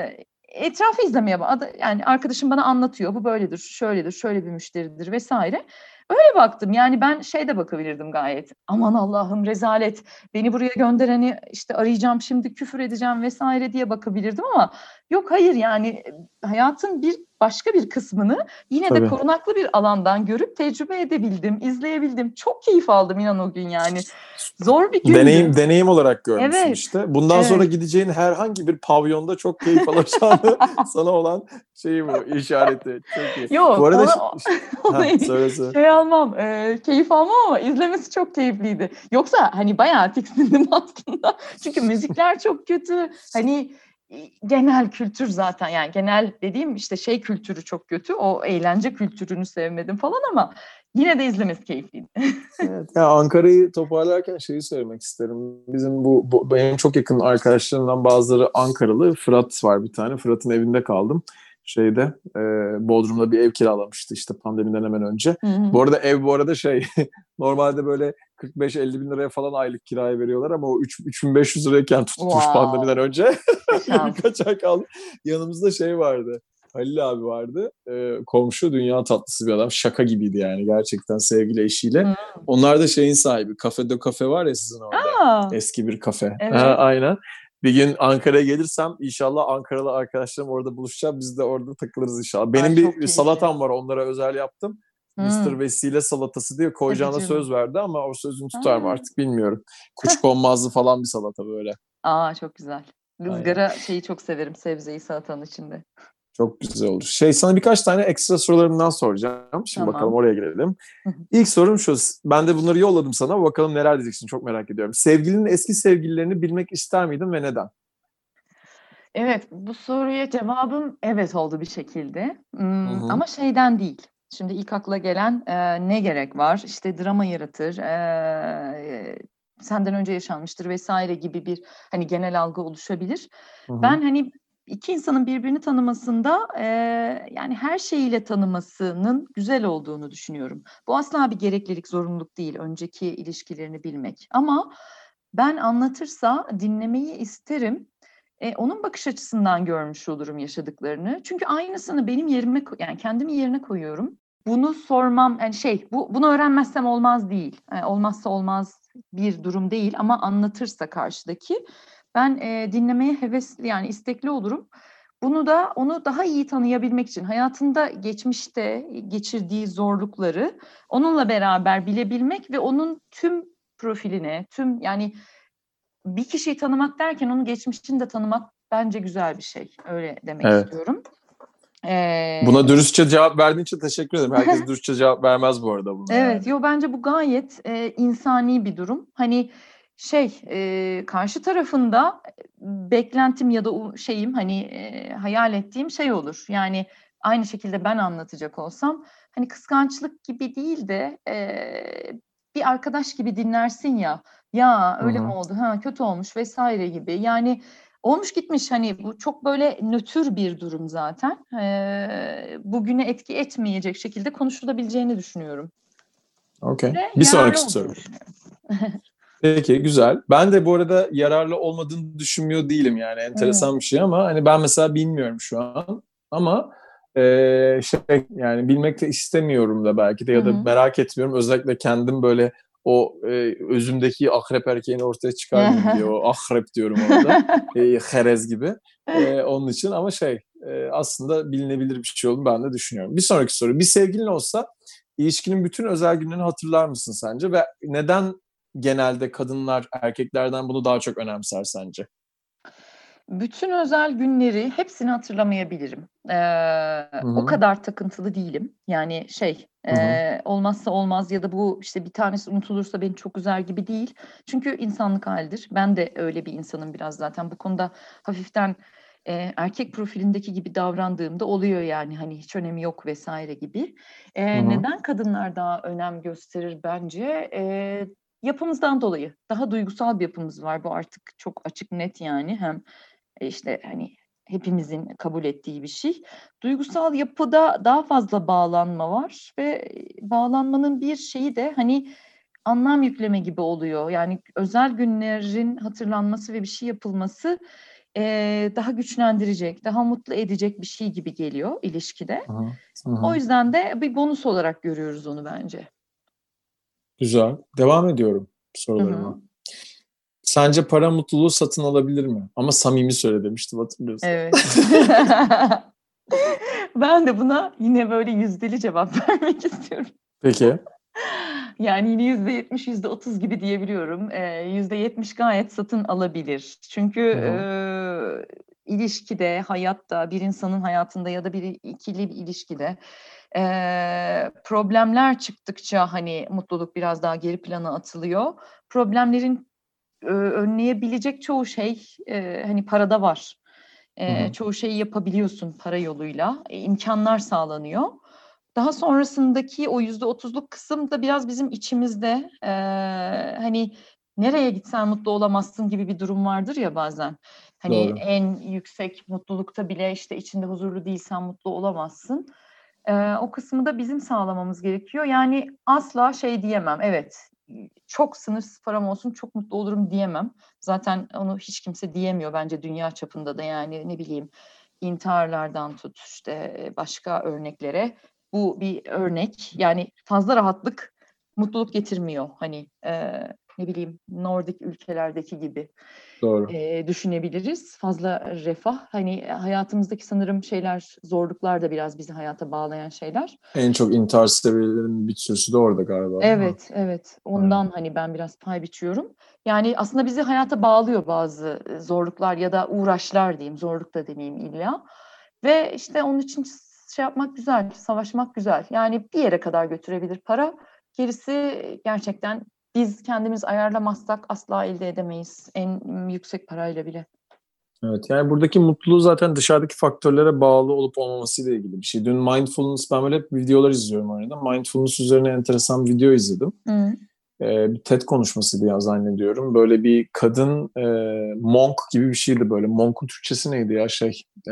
etrafı izlemeye bak yani arkadaşım bana anlatıyor bu böyledir şöyledir şöyle bir müşteridir vesaire. Öyle baktım yani ben şey de bakabilirdim gayet aman Allah'ım rezalet beni buraya göndereni işte arayacağım şimdi küfür edeceğim vesaire diye bakabilirdim ama yok hayır yani hayatın bir başka bir kısmını yine de Tabii. korunaklı bir alandan görüp tecrübe edebildim, izleyebildim. Çok keyif aldım inan o gün yani. Zor bir gündü. Deneyim deneyim olarak görmüşsün Evet, işte. Bundan sonra evet. gideceğin herhangi bir pavyonda çok keyif alacağını sana olan şeyi bu, işareti. Çok iyi. Bu Yok, arada onu ş- ş- onu ha söyle söyle. şey almam, eee, keyif almam ama izlemesi çok keyifliydi. Yoksa hani bayağı tiksindim aslında. Çünkü müzikler çok kötü. Hani genel kültür zaten yani genel dediğim işte şey kültürü çok kötü. O eğlence kültürünü sevmedim falan ama yine de izlemesi keyifliydi. Evet, ya Ankara'yı toparlarken şeyi söylemek isterim. Bizim bu, bu benim çok yakın arkadaşlarımdan bazıları Ankaralı. Fırat var bir tane. Fırat'ın evinde kaldım. Şeyde e, Bodrum'da bir ev kiralamıştı işte pandemiden hemen önce. Hı hı. Bu arada ev bu arada şey normalde böyle kırk beş elli bin liraya falan aylık kiraya veriyorlar ama o üç bin beş yüz lirayken tutmuş pandemiden Wow, önce. ne şans. Birkaç ay kaldı. Yanımızda şey vardı. Halil abi vardı. E, komşu dünya tatlısı bir adam. Şaka gibiydi yani gerçekten sevgili eşiyle. Hı. Onlar da şeyin sahibi. Cafe de Cafe var ya sizin orada. A! Eski bir kafe. Ha, Evet. aynen. Bir gün Ankara'ya gelirsem inşallah Ankaralı arkadaşlarım orada buluşacağım. Biz de orada takılırız inşallah. Ay, Benim çok bir keyifli. salatam var onlara özel yaptım. Hıı. mister Vesile salatası diye Hadi koyacağına söz canım. verdi ama o sözünü tutar mı A! artık bilmiyorum. Kuşkonmazlı falan bir salata böyle. A, çok güzel. Aynen. Izgara şeyi çok severim, sebzeyi salatanın içinde. Çok güzel olur. Şey, sana birkaç tane ekstra sorularımdan soracağım. Şimdi Tamam. bakalım oraya gelelim. İlk sorum şu. Ben de bunları yolladım sana. Bakalım neler diyeceksin. Çok merak ediyorum. Sevgilinin eski sevgililerini bilmek ister miydin ve neden? Evet, bu soruya cevabım evet oldu bir şekilde. Hı Hmm, hı. ama şeyden değil. Şimdi ilk akla gelen e, ne gerek var? İşte drama yaratır, e, senden önce yaşanmıştır vesaire gibi bir hani genel algı oluşabilir. Hı hı. Ben hani iki insanın birbirini tanımasında e, yani her şeyiyle tanımasının güzel olduğunu düşünüyorum. Bu asla bir gereklilik, zorunluluk değil. Önceki ilişkilerini bilmek. Ama ben anlatırsa dinlemeyi isterim. E, onun bakış açısından görmüş olurum yaşadıklarını. Çünkü aynısını benim yerime ko- yani kendimi yerine koyuyorum. Bunu sormam yani şey bu bunu öğrenmezsem olmaz değil. Yani olmazsa olmaz bir durum değil ama anlatırsa karşıdaki ben e, dinlemeye hevesli yani istekli olurum. Bunu da onu daha iyi tanıyabilmek için hayatında geçmişte geçirdiği zorlukları onunla beraber bilebilmek ve onun tüm profiline, tüm yani bir kişiyi tanımak derken onun geçmişini de tanımak bence güzel bir şey. Öyle demek Evet. istiyorum. Ee, Buna dürüstçe cevap verdiğin için teşekkür ederim. Herkes dürüstçe cevap vermez bu arada buna evet, yani. yo bence bu gayet e, insani bir durum. Hani şey e, karşı tarafında beklentim ya da o şeyim hani e, hayal ettiğim şey olur. Yani aynı şekilde ben anlatacak olsam hani kıskançlık gibi değil de e, bir arkadaş gibi dinlersin ya. Ya Hı öyle mi hı. oldu? Ha kötü olmuş vesaire gibi. Yani olmuş gitmiş hani bu çok böyle nötr bir durum zaten. E, bugüne etki etmeyecek şekilde konuşulabileceğini düşünüyorum. Okey. Ve Bir yararlı sonraki olduğunu soru. düşünüyorum. Peki, güzel. Ben de bu arada yararlı olmadığını düşünmüyor değilim yani. Hı. Enteresan bir şey ama hani ben mesela bilmiyorum şu an. Ama e, şey yani bilmek de istemiyorum da belki de Hı ya da hı. merak etmiyorum. Özellikle kendim böyle o e, özümdeki akrep erkeğini ortaya çıkarmayayım diye o akrep diyorum orada. E, herez gibi. E, onun için ama şey e, aslında bilinebilir bir şey olduğunu ben de düşünüyorum. Bir sonraki soru. Bir sevgilin olsa ilişkinin bütün özel günlerini hatırlar mısın sence ve neden genelde kadınlar erkeklerden bunu daha çok önemser sence? Bütün özel günleri hepsini hatırlamayabilirim. Eee, Hı o hı. kadar takıntılı değilim. Yani şey Hı hı. eee, olmazsa olmaz ya da bu işte bir tanesi unutulursa beni çok üzer gibi değil. Çünkü insanlık halidir. Ben de öyle bir insanım biraz zaten. Bu konuda hafiften eee, erkek profilindeki gibi davrandığımda oluyor yani hani hiç önemi yok vesaire gibi. Hı Eee, hı. neden kadınlar daha önem gösterir bence? Eee, yapımızdan dolayı. Daha duygusal bir yapımız var. Bu artık çok açık net yani. Hem e, işte hani hepimizin kabul ettiği bir şey. Duygusal yapıda daha fazla bağlanma var ve bağlanmanın bir şeyi de hani anlam yükleme gibi oluyor. Yani özel günlerin hatırlanması ve bir şey yapılması eee, daha güçlendirecek, daha mutlu edecek bir şey gibi geliyor ilişkide. Hı hı. Hı O hı. yüzden de bir bonus olarak görüyoruz onu bence. Güzel. Devam ediyorum Hı hı. sorularıma. Sence para mutluluğu satın alabilir mi? Ama samimi söyle demiştim, hatırlıyorsan. Evet. Ben de buna yine böyle yüzdeli cevap vermek istiyorum. Peki. Yani yine yüzde yetmiş, yüzde otuz gibi diyebiliyorum. Eee, yüzde yetmiş gayet satın alabilir. Çünkü, Hı hı. eee, ilişkide, hayatta, bir insanın hayatında ya da bir ikili bir ilişkide, eee, problemler çıktıkça, hani, mutluluk biraz daha geri plana atılıyor. Problemlerin, eee, önleyebilecek çoğu şey, eee, hani, parada var. Hı Eee, hı. çoğu şeyi yapabiliyorsun para yoluyla. E, imkânlar sağlanıyor. Daha sonrasındaki o yüzde otuzluk kısım da biraz bizim içimizde. Eee, hani, nereye gitsen mutlu olamazsın gibi bir durum vardır ya bazen. Hani, Doğru. en yüksek mutlulukta bile, işte, içinde huzurlu değilsen mutlu olamazsın. Eee, o kısmı da bizim sağlamamız gerekiyor. Yani asla şey diyemem, evet, çok sınırsız param olsun, çok mutlu olurum diyemem. Zaten onu hiç kimse diyemiyor bence dünya çapında da. Yani, ne bileyim, intiharlardan tut, işte, başka örneklere. Bu bir örnek. Yani fazla rahatlık mutluluk getirmiyor. Hani, eee, ne bileyim, Nordik ülkelerdeki gibi, Doğru. eee, düşünebiliriz. Fazla refah, hani, hayatımızdaki sanırım şeyler, zorluklar da biraz bizi hayata bağlayan şeyler. En çok intihar seviyelerinin bir sürüsü de orada galiba, değil mi? Evet, evet. Aynen. Ondan, hani, ben biraz pay biçiyorum. Yani, aslında bizi hayata bağlıyor bazı, eee, zorluklar ya da uğraşlar diyeyim, zorluk da demeyeyim illa. Ve işte onun için şey yapmak güzel, savaşmak güzel. Yani bir yere kadar götürebilir para. Gerisi gerçekten biz kendimiz ayarlamazsak asla elde edemeyiz. En yüksek parayla bile. Evet, yani buradaki mutluluğu zaten dışarıdaki faktörlere bağlı olup olmamasıyla ilgili bir şey. Dün mindfulness, ben böyle hep videolar izliyorum arada. Mindfulness üzerine enteresan bir video izledim. Hı. Ee, bir TED konuşmasıydı ya zannediyorum. Böyle bir kadın e, monk gibi bir şeydi böyle. Monk'un Türkçesi neydi ya şey? E,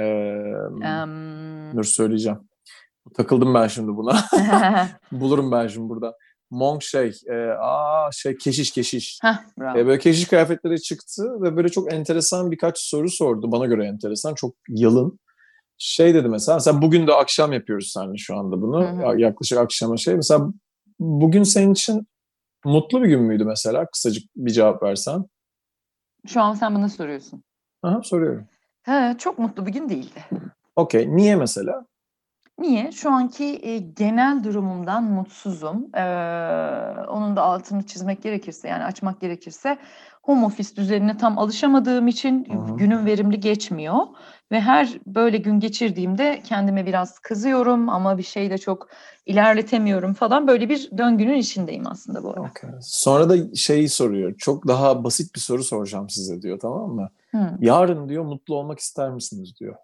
Um... dur söyleyeceğim. Takıldım ben şimdi buna. Bulurum ben şimdi burada. Monk şey, e, aa şey keşiş keşiş. Heh, E, bravo. böyle keşiş kıyafetleri çıktı ve böyle çok enteresan birkaç soru sordu. Bana göre enteresan, çok yalın. Şey dedi mesela, mesela bugün de akşam yapıyoruz seninle şu anda bunu. Hı hı. Yaklaşık akşama şey. Mesela bugün senin için mutlu bir gün müydü mesela? Kısacık bir cevap versen. Şu an sen bana soruyorsun. Aha, soruyorum. He, çok mutlu bir gün değildi. Okey. Niye mesela? Niye? Şu anki e, genel durumumdan mutsuzum. Ee, onun da altını çizmek gerekirse, yani açmak gerekirse, home office düzenine tam alışamadığım için Hı hı. günüm verimli geçmiyor. Ve her böyle gün geçirdiğimde kendime biraz kızıyorum ama bir şey de çok ilerletemiyorum falan. Böyle bir döngünün içindeyim aslında bu ara. Okay. Sonra da şeyi soruyor. Çok daha basit bir soru soracağım size diyor, tamam mı? Hı. Yarın diyor mutlu olmak ister misiniz diyor.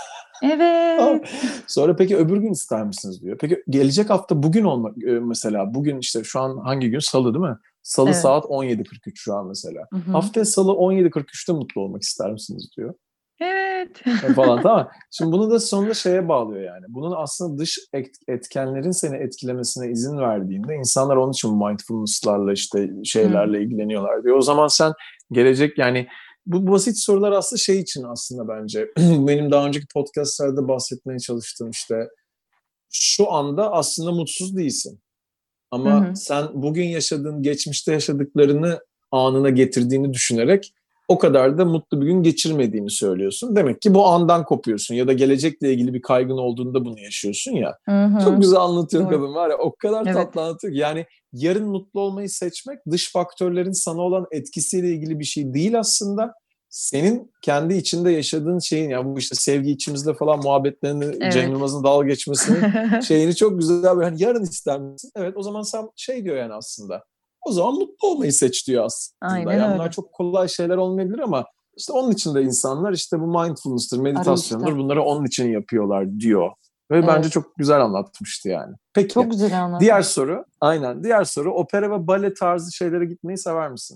Evet. Sonra peki öbür gün ister misiniz diyor. Peki gelecek hafta bugün olmak mesela, bugün işte şu an hangi gün? Salı değil mi? Salı Evet. saat on yedi kırk üç şu an mesela. Hı hı. Haftaya salı on yedi kırk üçte mutlu olmak ister misiniz diyor. Evet. Falan, tamam. Şimdi bunu da sonunda şeye bağlıyor yani. Bunun aslında dış etkenlerin seni etkilemesine izin verdiğinde insanlar onun için mindfulness'larla işte şeylerle ilgileniyorlar diyor. O zaman sen gelecek, yani bu basit sorular aslında şey için aslında bence benim daha önceki podcastlarda bahsetmeye çalıştığım işte şu anda aslında mutsuz değilsin. Hı Ama hı. sen bugün yaşadığın, geçmişte yaşadıklarını anına getirdiğini düşünerek o kadar da mutlu bir gün geçirmediğini söylüyorsun. Demek ki bu andan kopuyorsun ya da gelecekle ilgili bir kaygın olduğunda bunu yaşıyorsun ya. Hı hı. Çok güzel anlatıyor Doğru. kadın var ya, o kadar Evet. tatlı anlatıyor ki. Yani yarın mutlu olmayı seçmek dış faktörlerin sana olan etkisiyle ilgili bir şey değil aslında. Senin kendi içinde yaşadığın şeyin, ya bu işte sevgi içimizde falan muhabbetlerini, Cem Evet. Yılmaz'ın dalga geçmesini şeyini çok güzel. Yani yarın ister misin? Evet, o zaman sen şey diyor yani aslında. O zaman mutlu olmayı seç diyor aslında. Aynen Yani öyle. bunlar çok kolay şeyler olmayabilir ama işte onun için de insanlar işte bu mindfulness'tır, meditasyondur, Arayışta. bunları onun için yapıyorlar diyor. Ve Evet. bence çok güzel anlatmıştı yani. Peki. Çok güzel anlattın. Diğer soru, aynen. Diğer soru, opera ve bale tarzı şeylere gitmeyi sever misin?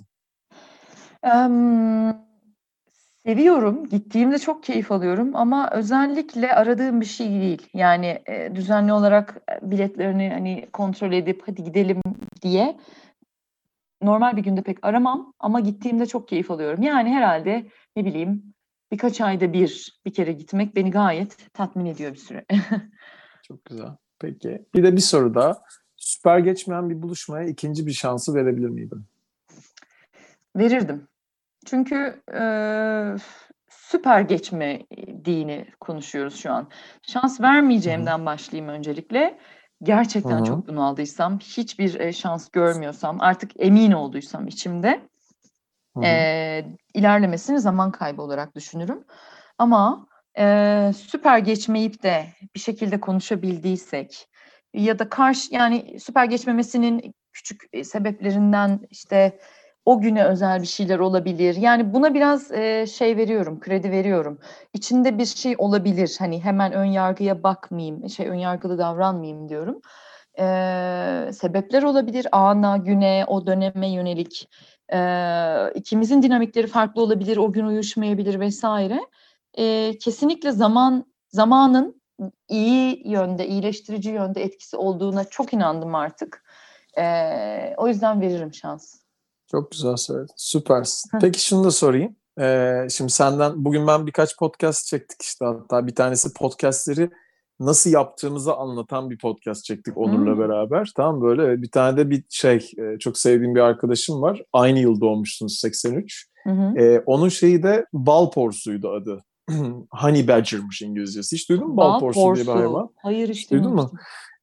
Em, seviyorum. Gittiğimde çok keyif alıyorum ama özellikle aradığım bir şey değil. Yani e, düzenli olarak e, biletlerini hani kontrol edip hadi gidelim diye normal bir günde pek aramam ama gittiğimde çok keyif alıyorum. Yani herhalde ne bileyim birkaç ayda bir bir kere gitmek beni gayet tatmin ediyor bir süre. Çok güzel. Peki. Bir de bir soru daha. Süper geçmeyen bir buluşmaya ikinci bir şansı verebilir miydin? Verirdim. Çünkü e, süper geçmediğini konuşuyoruz şu an. Şans vermeyeceğimden başlayayım öncelikle. Gerçekten Hı hı. çok bunaldıysam, hiçbir e, şans görmüyorsam, artık emin olduysam içimde Hı hı. e, ilerlemesini zaman kaybı olarak düşünürüm. Ama e, süper geçmeyip de bir şekilde konuşabildiysek ya da karşı, yani süper geçmemesinin küçük e, sebeplerinden işte o güne özel bir şeyler olabilir. Yani buna biraz e, şey veriyorum, kredi veriyorum. İçinde bir şey olabilir. Hani hemen ön yargıya bakmayayım, şey ön yargılı davranmayayım diyorum. E, sebepler olabilir. Ana, güne, o döneme yönelik. E, ikimizin dinamikleri farklı olabilir. O gün uyuşmayabilir vesaire. E, kesinlikle zaman zamanın iyi yönde, iyileştirici yönde etkisi olduğuna çok inandım artık. E, o yüzden veririm şans. Çok güzel söyledin. Süpersin. Peki şunu da sorayım. Ee, şimdi senden bugün ben birkaç podcast çektik işte, hatta bir tanesi podcastleri nasıl yaptığımızı anlatan bir podcast çektik Onur'la Hmm. beraber. Tamam, böyle bir tane de bir şey, çok sevdiğim bir arkadaşım var. Aynı yıl doğmuşsunuz, seksen üç. Hı hı. Ee, onun şeyi de bal porsuydu adı. Honey Badger'mış İngilizcesi. Hiç duydun mu bal Bal porsu diye bir porsu. hayvan? Hayır, hiç Hiç duydun mu? duymamıştım.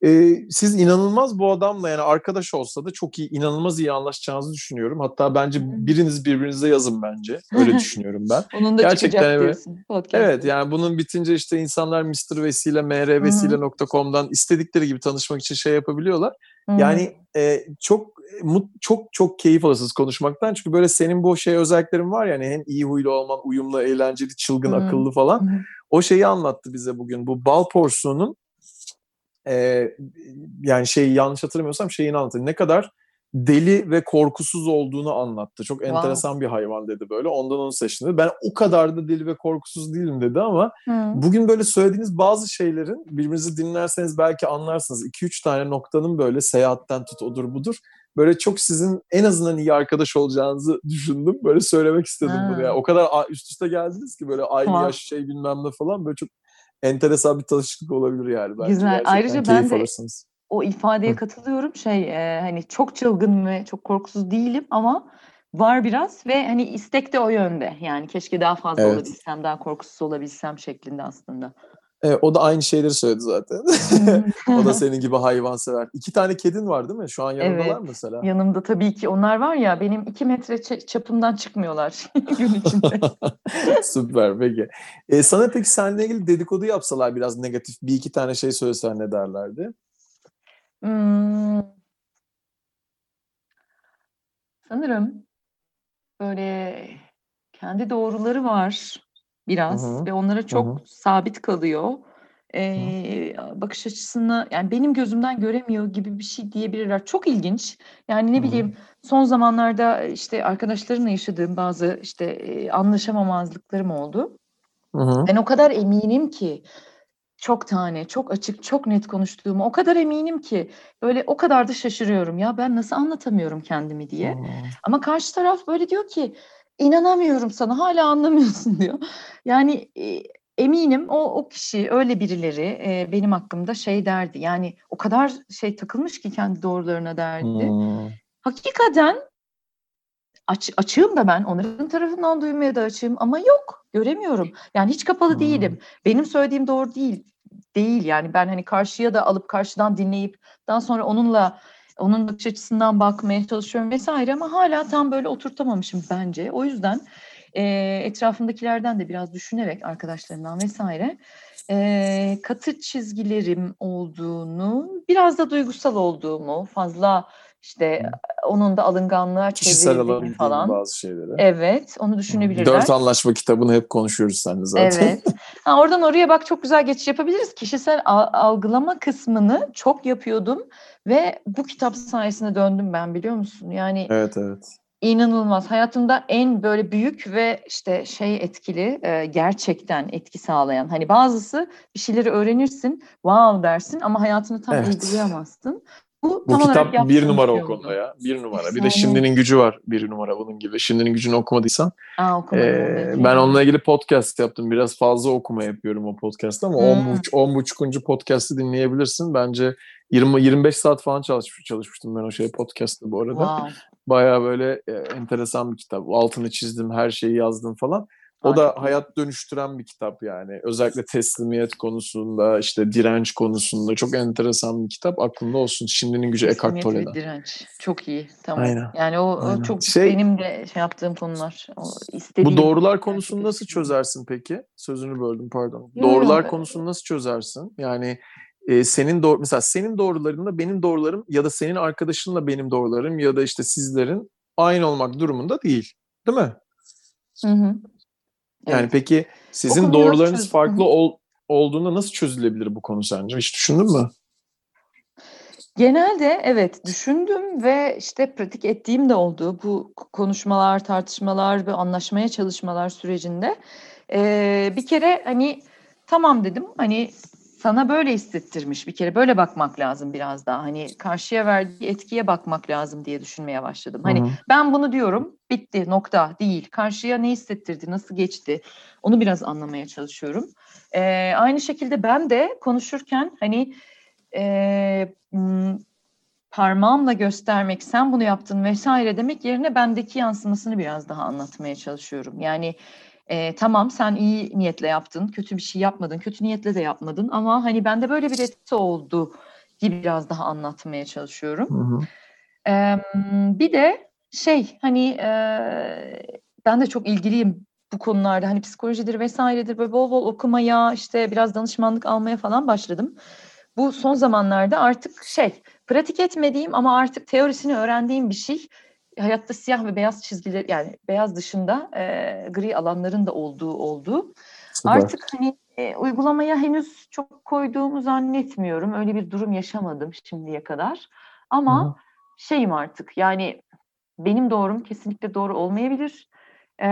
Ee, siz inanılmaz bu adamla yani arkadaş olsa da çok iyi, inanılmaz iyi anlaşacağınızı düşünüyorum. Hatta bence biriniz birbirinize yazın bence. Öyle düşünüyorum ben. Onun da Gerçekten çıkacak evet. diyorsun podcast'te. Evet, yani bunun bitince işte insanlar mister Vesile, m r Hı hı. vesile nokta com'dan istedikleri gibi tanışmak için şey yapabiliyorlar. Hı hı. Yani e, çok mut, çok çok keyif alırsınız konuşmaktan. Çünkü böyle senin bu şey özelliklerin var yani, hem iyi huylu olman, uyumlu, eğlenceli, çılgın, Hı hı. akıllı falan. Hı hı. O şeyi anlattı bize bugün. Bu bal porsuğunun e, yani şeyi yanlış hatırlamıyorsam şeyini anlattı. Ne kadar deli ve korkusuz olduğunu anlattı. Çok Wow. enteresan bir hayvan dedi böyle. Ondan onu seçtim dedi. Ben o kadar da deli ve korkusuz değilim dedi ama Hı. bugün böyle söylediğiniz bazı şeylerin, birbirinizi dinlerseniz belki anlarsınız. iki üç tane noktanın böyle, seyahatten tut odur budur, böyle çok sizin en azından iyi arkadaş olacağınızı düşündüm. Böyle söylemek istedim bunu ya. Ha. O kadar üst üste geldiniz ki böyle aynı Wow. yaş şey bilmem ne falan, böyle çok enteresan bir tanışıklık olabilir yani bence. Güzel. Gerçekten Ayrıca ben keyif de alırsınız. o ifadeye Hı. katılıyorum. Şey, e, hani çok çılgın ve çok korkusuz değilim ama var biraz ve hani istek de o yönde. Yani keşke daha fazla Evet. olabilsem, daha korkusuz olabilsem şeklinde aslında. Evet, o da aynı şeyleri söyledi zaten. Hı hı. O da senin gibi hayvansever. İki tane kedin var değil mi? Şu an yanındalar mı Evet. mesela? Yanımda tabii ki onlar var ya, benim iki metre ç- çapımdan çıkmıyorlar gün içinde. Süper, peki. E, sana peki seninle ilgili dedikodu yapsalar, biraz negatif bir iki tane şey söylesen ne derlerdi? Hmm, sanırım böyle kendi doğruları var Hı biraz hı. ve onlara Hı hı. çok sabit kalıyor. Hı. Ee, bakış açısını yani benim gözümden göremiyor gibi bir şey diyebilirler. Çok ilginç. Yani ne Hı. bileyim, son zamanlarda işte arkadaşlarımla yaşadığım bazı işte e, anlaşamamazlıklarım oldu. Hı hı. Ben o kadar eminim ki çok tane, çok açık, çok net konuştuğumu o kadar eminim ki böyle o kadar da şaşırıyorum. Ya ben nasıl anlatamıyorum kendimi Hı. diye. Ama karşı taraf böyle diyor ki inanamıyorum sana, hala anlamıyorsun diyor. Yani e, eminim o o kişi, öyle birileri e, benim hakkımda şey derdi. Yani o kadar şey takılmış ki kendi doğrularına derdi. Hı. Hakikaten aç, açığım da, ben onların tarafından duymaya da açığım ama yok, göremiyorum. Yani hiç kapalı Hı. değilim. Benim söylediğim doğru değil. Değil yani, ben hani karşıya da alıp karşıdan dinleyip daha sonra onunla onun bakış açısından bakmaya çalışıyorum vesaire ama hala tam böyle oturtamamışım bence. O yüzden e, etrafımdakilerden de biraz düşünerek, arkadaşlarımdan vesaire e, katı çizgilerim olduğunu, biraz da duygusal olduğumu, fazla işte onun da alınganlığa Kişisel çevirdiğimi alabildiğin falan. bazı şeyleri. Evet, onu Hı. Dört düşünebilirler. anlaşma kitabını hep konuşuyoruz seninle zaten. Evet. Ha, oradan oraya bak, çok güzel geçiş yapabiliriz. Kişisel al- algılama kısmını çok yapıyordum ve bu kitap sayesinde döndüm ben, biliyor musun? Yani Evet, evet. inanılmaz. Hayatımda en böyle büyük ve işte şey etkili, e, gerçekten etki sağlayan. Hani bazısı bir şeyleri öğrenirsin, wow dersin ama hayatını tam Evet. uygulayamazsın. Bu Bu tam olarak kitap bir yaptığım bir numara şey o konuda oldu. ya. Bir numara. Bir de Efsane. Şimdinin Gücü var, bir numara bunun gibi. Şimdinin Gücü'nü okumadıysan. Aa, okumadım onu da, Ee, ben okuyacağım. onunla ilgili podcast yaptım. Biraz fazla okuma yapıyorum o podcast'ta ama on Hmm, buçuk, on buçukuncu podcast'ı dinleyebilirsin. Bence yirmi yirmi beş saat falan çalışmış, çalışmıştım ben o şey podcast'ta bu arada. wow. Bayağı böyle e, enteresan bir kitap. Altını çizdim, her şeyi yazdım falan. O Aa, da çok iyi. hayat dönüştüren bir kitap yani. Özellikle teslimiyet konusunda, işte direnç konusunda çok enteresan bir kitap. Aklında olsun. Şimdinin Gücü, Eckhart Teslimiyet ve Tolle'den. direnç. Çok iyi. Tamam. Aynen. Yani o, o Aynen. çok Şey, benim de şey yaptığım konular. O bu istediğim, doğrular konusunu nasıl gerçekleştirdiğim. çözersin peki? Sözünü böldüm, pardon. Yo yo. Doğrular konusunu nasıl çözersin? Yani e, senin doğru, mesela senin doğrularınla benim doğrularım ya da senin arkadaşınla benim doğrularım ya da işte sizlerin aynı olmak durumunda değil. Değil mi? Hı hı. Yani Evet. peki O sizin konuyu nasıl doğrularınız çöz? Hı farklı hı. ol, olduğunda nasıl çözülebilir bu konu sence? Hiç düşündün mü? Genelde evet düşündüm ve işte pratik ettiğim de oldu. Bu konuşmalar, tartışmalar ve anlaşmaya çalışmalar sürecinde. Ee, bir kere hani tamam dedim, hani sana böyle hissettirmiş, bir kere böyle bakmak lazım biraz daha. Hani karşıya verdiği etkiye bakmak lazım diye düşünmeye başladım. Hı Hani hı. ben bunu diyorum, bitti, nokta değil. Karşıya ne hissettirdi, nasıl geçti, onu biraz anlamaya çalışıyorum. Ee, aynı şekilde ben de konuşurken hani e, m, parmağımla göstermek, sen bunu yaptın vesaire demek yerine bendeki yansımasını biraz daha anlatmaya çalışıyorum. Yani e, tamam, sen iyi niyetle yaptın, kötü bir şey yapmadın, kötü niyetle de yapmadın ama hani bende böyle bir etki oldu gibi biraz daha anlatmaya çalışıyorum. Hı hı. Eee, bir de şey hani eee, ben de çok ilgiliyim bu konularda. Hani psikolojidir vesairedir böyle bol bol okumaya işte biraz danışmanlık almaya falan başladım. Bu son zamanlarda artık şey pratik etmediğim ama artık teorisini öğrendiğim bir şey. Hayatta siyah ve beyaz çizgiler yani beyaz dışında eee, gri alanların da olduğu oldu. Süper. Artık hani e, uygulamaya henüz çok koyduğumu zannetmiyorum. Öyle bir durum yaşamadım şimdiye kadar. Hı Ama hı. şeyim artık yani benim doğrum kesinlikle doğru olmayabilir. Ee,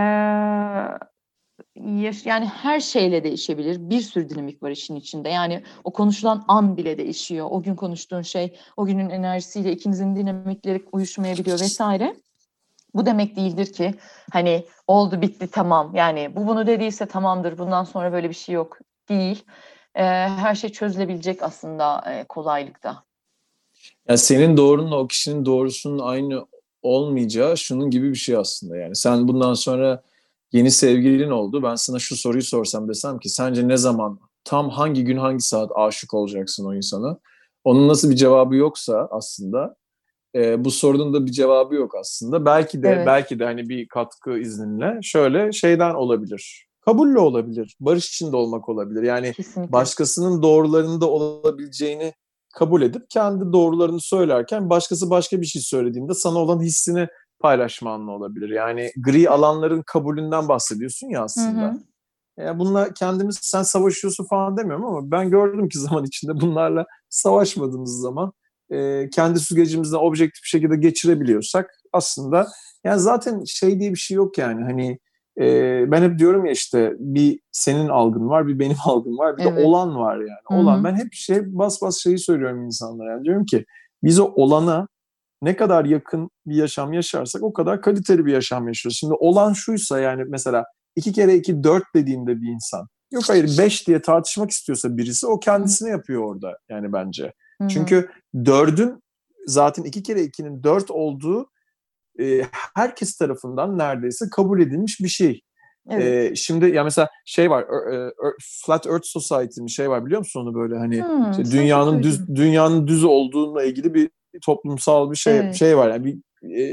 yaş- yani her şeyle değişebilir. Bir sürü dinamik var işin içinde. Yani o konuşulan an bile değişiyor. O gün konuştuğun şey, o günün enerjisiyle ikinizin dinamikleri uyuşmayabiliyor vesaire. Bu demek değildir ki hani oldu bitti tamam yani bu bunu dediyse tamamdır bundan sonra böyle bir şey yok değil. Ee, her şey çözülebilecek aslında e, kolaylıkta. Yani senin doğrunla o kişinin doğrusunun aynı olmayacağı şunun gibi bir şey aslında yani. Sen bundan sonra yeni sevgilin oldu. Ben sana şu soruyu sorsam desem ki sence ne zaman, tam hangi gün, hangi saat aşık olacaksın o insana? Onun nasıl bir cevabı yoksa aslında e, bu sorunun da bir cevabı yok aslında. Belki de Evet, belki de hani bir katkı izninle şöyle şeyden olabilir. Kabulle olabilir. Barış içinde olmak olabilir. Yani kesinlikle. başkasının doğrularında olabileceğini kabul edip kendi doğrularını söylerken başkası başka bir şey söylediğinde sana olan hissini paylaşmanla olabilir. Yani gri alanların kabulünden bahsediyorsun ya Hı aslında. hı. Ya bununla kendimiz sen savaşıyorsun falan demiyorum ama ben gördüm ki zaman içinde bunlarla savaşmadığımız zaman e, kendi süzgecimizden objektif bir şekilde geçirebiliyorsak aslında yani zaten şey diye bir şey yok yani hani e, ben hep diyorum ya işte bir senin algın var bir benim algım var bir de Evet. olan var yani Hı olan hı. ben hep şey bas bas şeyi söylüyorum insanlara yani diyorum ki biz o olana ne kadar yakın bir yaşam yaşarsak o kadar kaliteli bir yaşam yaşıyoruz. Şimdi olan şuysa yani mesela iki kere iki dört dediğinde bir insan yok hayır beş diye tartışmak istiyorsa birisi o Hı hı. kendisini yapıyor orada yani bence. Hı hı. Çünkü dördün zaten iki kere ikinin dört olduğu e, herkes tarafından neredeyse kabul edilmiş bir şey. Evet. E, şimdi ya mesela şey var e, e, Flat Earth Society bir şey var biliyor musun onu böyle hani Hmm, işte sanki dünyanın düz duydum. dünyanın düz olduğuna ilgili bir toplumsal bir şey Evet. şey var yani bir e,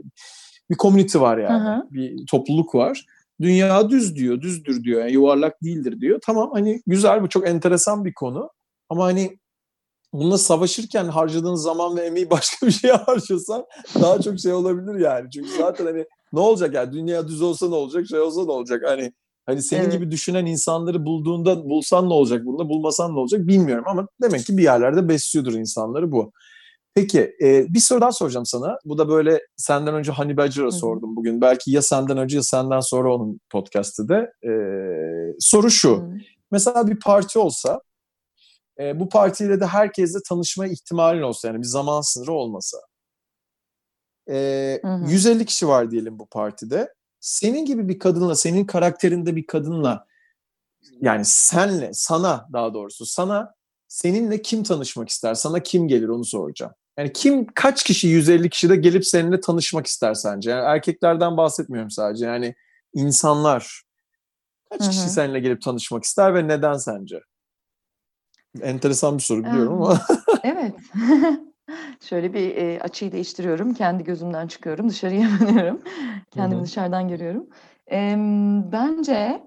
bir community var Hı yani hı. bir topluluk var. Dünya düz diyor, düzdür diyor yani yuvarlak değildir diyor. Tamam hani güzel bu çok enteresan bir konu ama hani bununla savaşırken harcadığın zaman ve emeği başka bir şeye harcasan daha çok şey olabilir yani. Çünkü zaten hani ne olacak yani dünya düz olsa ne olacak şey olsa ne olacak hani hani senin Evet. gibi düşünen insanları bulduğunda bulsan ne olacak bunda bulmasan ne olacak bilmiyorum ama demek ki bir yerlerde besliyordur insanları bu. Peki e, bir soru daha soracağım sana. Bu da böyle senden önce Hani Badger'a Hı hı. sordum bugün. Belki ya senden önce ya senden sonra onun podcast'ı da. E, soru şu. Hı Mesela bir parti olsa e, bu partiyle de herkesle tanışma ihtimalin olsa yani bir zaman sınırı olmasa. E, hı. Hı. yüz elli kişi var diyelim bu partide. Senin gibi bir kadınla, senin karakterinde bir kadınla yani senle, sana daha doğrusu sana seninle kim tanışmak ister? Sana kim gelir onu soracağım. Yani kim, kaç kişi yüz elli kişi de gelip seninle tanışmak ister sence? Yani erkeklerden bahsetmiyorum sadece. Yani insanlar Hı kaç kişi hı. seninle gelip tanışmak ister ve neden sence? Enteresan bir soru biliyorum Em, ama. evet. Şöyle bir e, açıyı değiştiriyorum. Kendi gözümden çıkıyorum. Dışarıya dönüyorum. Hı Kendimi hı. dışarıdan görüyorum. Em, bence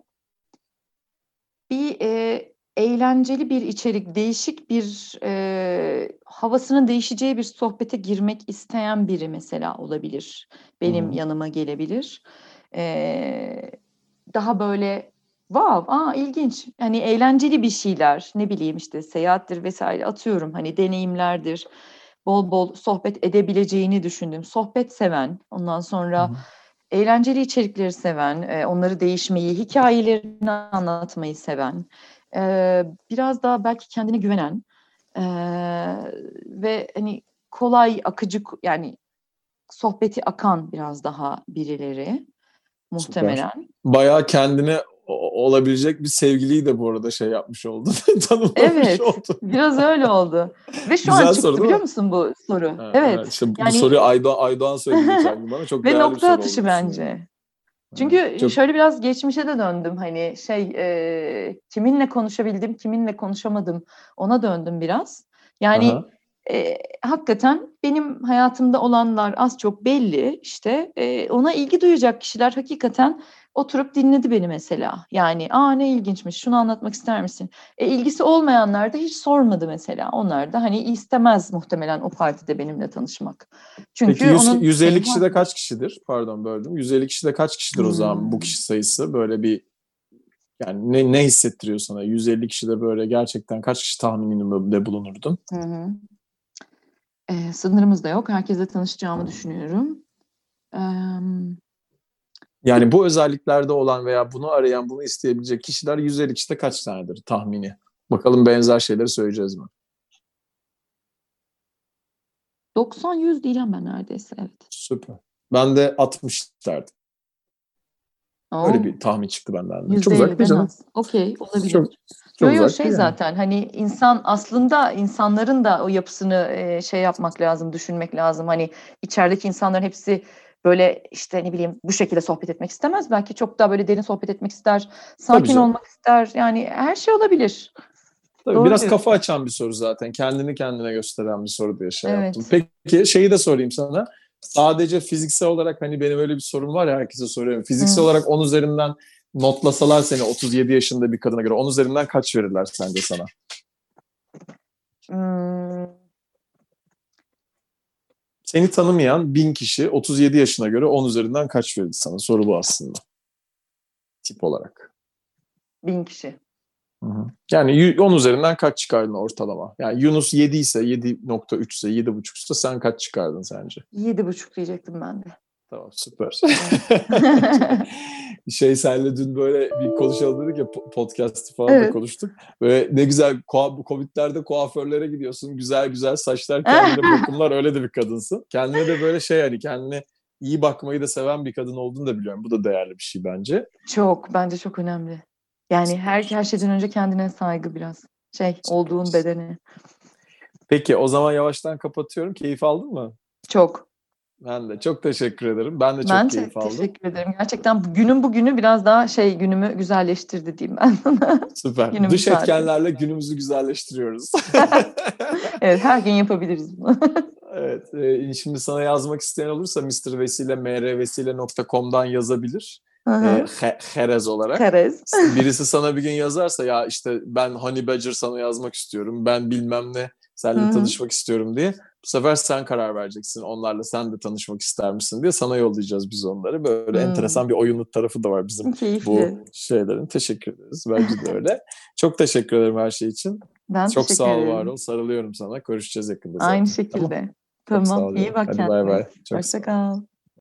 bir e, eğlenceli bir içerik, değişik bir e, havasının değişeceği bir sohbete girmek isteyen biri mesela olabilir. Hı Benim hı. yanıma gelebilir. E, daha böyle wow, aa ilginç. Hani eğlenceli bir şeyler, ne bileyim işte seyahattir vesaire atıyorum hani deneyimlerdir. Bol bol sohbet edebileceğini düşündüm. Sohbet seven, ondan Hı sonra hı. eğlenceli içerikleri seven, e, onları değişmeyi, hikayelerini anlatmayı seven, e, biraz daha belki kendine güvenen e, ve hani kolay akıcı yani sohbeti akan biraz daha birileri Süper. muhtemelen. Bayağı kendine o- olabilecek bir sevgiliyi de bu arada şey yapmış oldun. Tanımlamış Evet, oldun. biraz öyle oldu ve şu an Güzel soru çıktı değil biliyor mi? musun bu soru? Ha, evet. Evet, İşte bu yani soruyu Aydoğan, Aydoğan söyledi geçen gün bana. Çok ve değerli bir nokta soru atışı olduğunu düşünüyorum. bence. Evet. Çünkü Çok şöyle biraz geçmişe de döndüm hani şey e, kiminle konuşabildim, kiminle konuşamadım ona döndüm biraz. Yani Aha. e, hakikaten benim hayatımda olanlar az çok belli işte. E, ona ilgi duyacak kişiler hakikaten oturup dinledi beni mesela. Yani aa ne ilginçmiş, şunu anlatmak ister misin? E, ilgisi olmayanlar da hiç sormadı mesela. Onlar da hani istemez muhtemelen o partide benimle tanışmak. Çünkü Peki yüz, onun yüz elli şeyi kişide farklı. kaç kişidir? Pardon böldüm. yüz elli kişide kaç kişidir o zaman bu Hmm. kişi sayısı? Böyle bir yani ne, ne hissettiriyor sana? yüz elli kişide böyle gerçekten kaç kişi tahmininde bulunurdun? Hı hı. E, sınırımız da yok. Herkesle tanışacağımı düşünüyorum. E, Yani bu özelliklerde olan veya bunu arayan, bunu isteyebilecek kişiler yüz elli kişide kaç tanedir tahmini? Bakalım benzer şeyleri söyleyeceğiz mi? doksan yüz diyeceğim ben neredeyse, evet. Süper. Ben de altmış derdim. Öyle Oo, bir tahmin çıktı benden de. Çok yüzde uzak değil elliden canım. az. Okey, olabilir. Çok Yo çok yo uzak şey değil yani. zaten hani insan aslında insanların da o yapısını e, şey yapmak lazım, düşünmek lazım. Hani içerideki insanların hepsi böyle işte ne bileyim bu şekilde sohbet etmek istemez. Belki çok daha böyle derin sohbet etmek ister, Tabii sakin canım. olmak ister. Yani her şey olabilir. Tabii Doğru biraz diyorsun. kafa açan bir soru zaten. Kendini kendine gösteren bir soru diye şey yaptım. Evet. Peki şeyi de sorayım sana. Sadece fiziksel olarak hani benim öyle bir sorum var ya herkese soruyorum. Fiziksel Hı. olarak on üzerinden notlasalar seni otuz yedi yaşında bir kadına göre on üzerinden kaç verirler sence sana? Hmm, Seni tanımayan bin kişi otuz yedi yaşına göre on üzerinden kaç verir sana? Soru bu aslında. Tip olarak. bin kişi. Hı hı. Yani on üzerinden kaç çıkardın ortalama? Yani Yunus yedi ise, yedi nokta üç ise, yedi buçuk ise sen kaç çıkardın sence? Yedi buçuk diyecektim ben de. Tamam süper. Evet. Şey senle dün böyle bir konuşalım dedik ya podcast falan da Evet. konuştuk. Böyle ne güzel bu Covid'lerde kuaförlere gidiyorsun. Güzel güzel saçlar kendine bakımlar öyle de bir kadınsın. Kendine de böyle şey hani kendine iyi bakmayı da seven bir kadın olduğunu da biliyorum. Bu da değerli bir şey bence. Çok, bence çok önemli. Yani her Süper. her şeyden önce kendine saygı biraz. Şey, olduğun Süper. bedene. Peki o zaman yavaştan kapatıyorum. Keyif aldın mı? Çok. Ben de çok teşekkür ederim. Ben de çok Ben keyif çok aldım. teşekkür ederim. Gerçekten bu günün bugünü biraz daha şey günümü güzelleştirdi diyeyim ben sana. Süper. Günümün Dış saati. etkenlerle günümüzü güzelleştiriyoruz. Evet, her gün yapabiliriz bunu. Evet. E, şimdi sana yazmak isteyen olursa mister vesile m r vesile nokta com'dan yazabilir. Hı E, hı. he, herez olarak. Çerez. Birisi sana bir gün yazarsa ya işte ben Honey Badger sana yazmak istiyorum. Ben bilmem ne Hı seninle hı. tanışmak istiyorum diye. Bu sefer sen karar vereceksin. Onlarla sen de tanışmak ister misin diye sana yollayacağız biz onları. Böyle Hmm. enteresan bir oyunlu tarafı da var bizim bu Keyifli. şeylerin. Teşekkür ederiz. Bence de öyle. Çok teşekkür ederim her şey için. Ben Çok teşekkür sağ ol, var ol. ederim. Sarılıyorum sana. Görüşeceğiz yakında Aynı zaten. Tamam. şekilde. Çok sağ Tamam. ol İyi canım. bak Hadi bay kendine. bay. Çok sağ Hoşça ol. kal.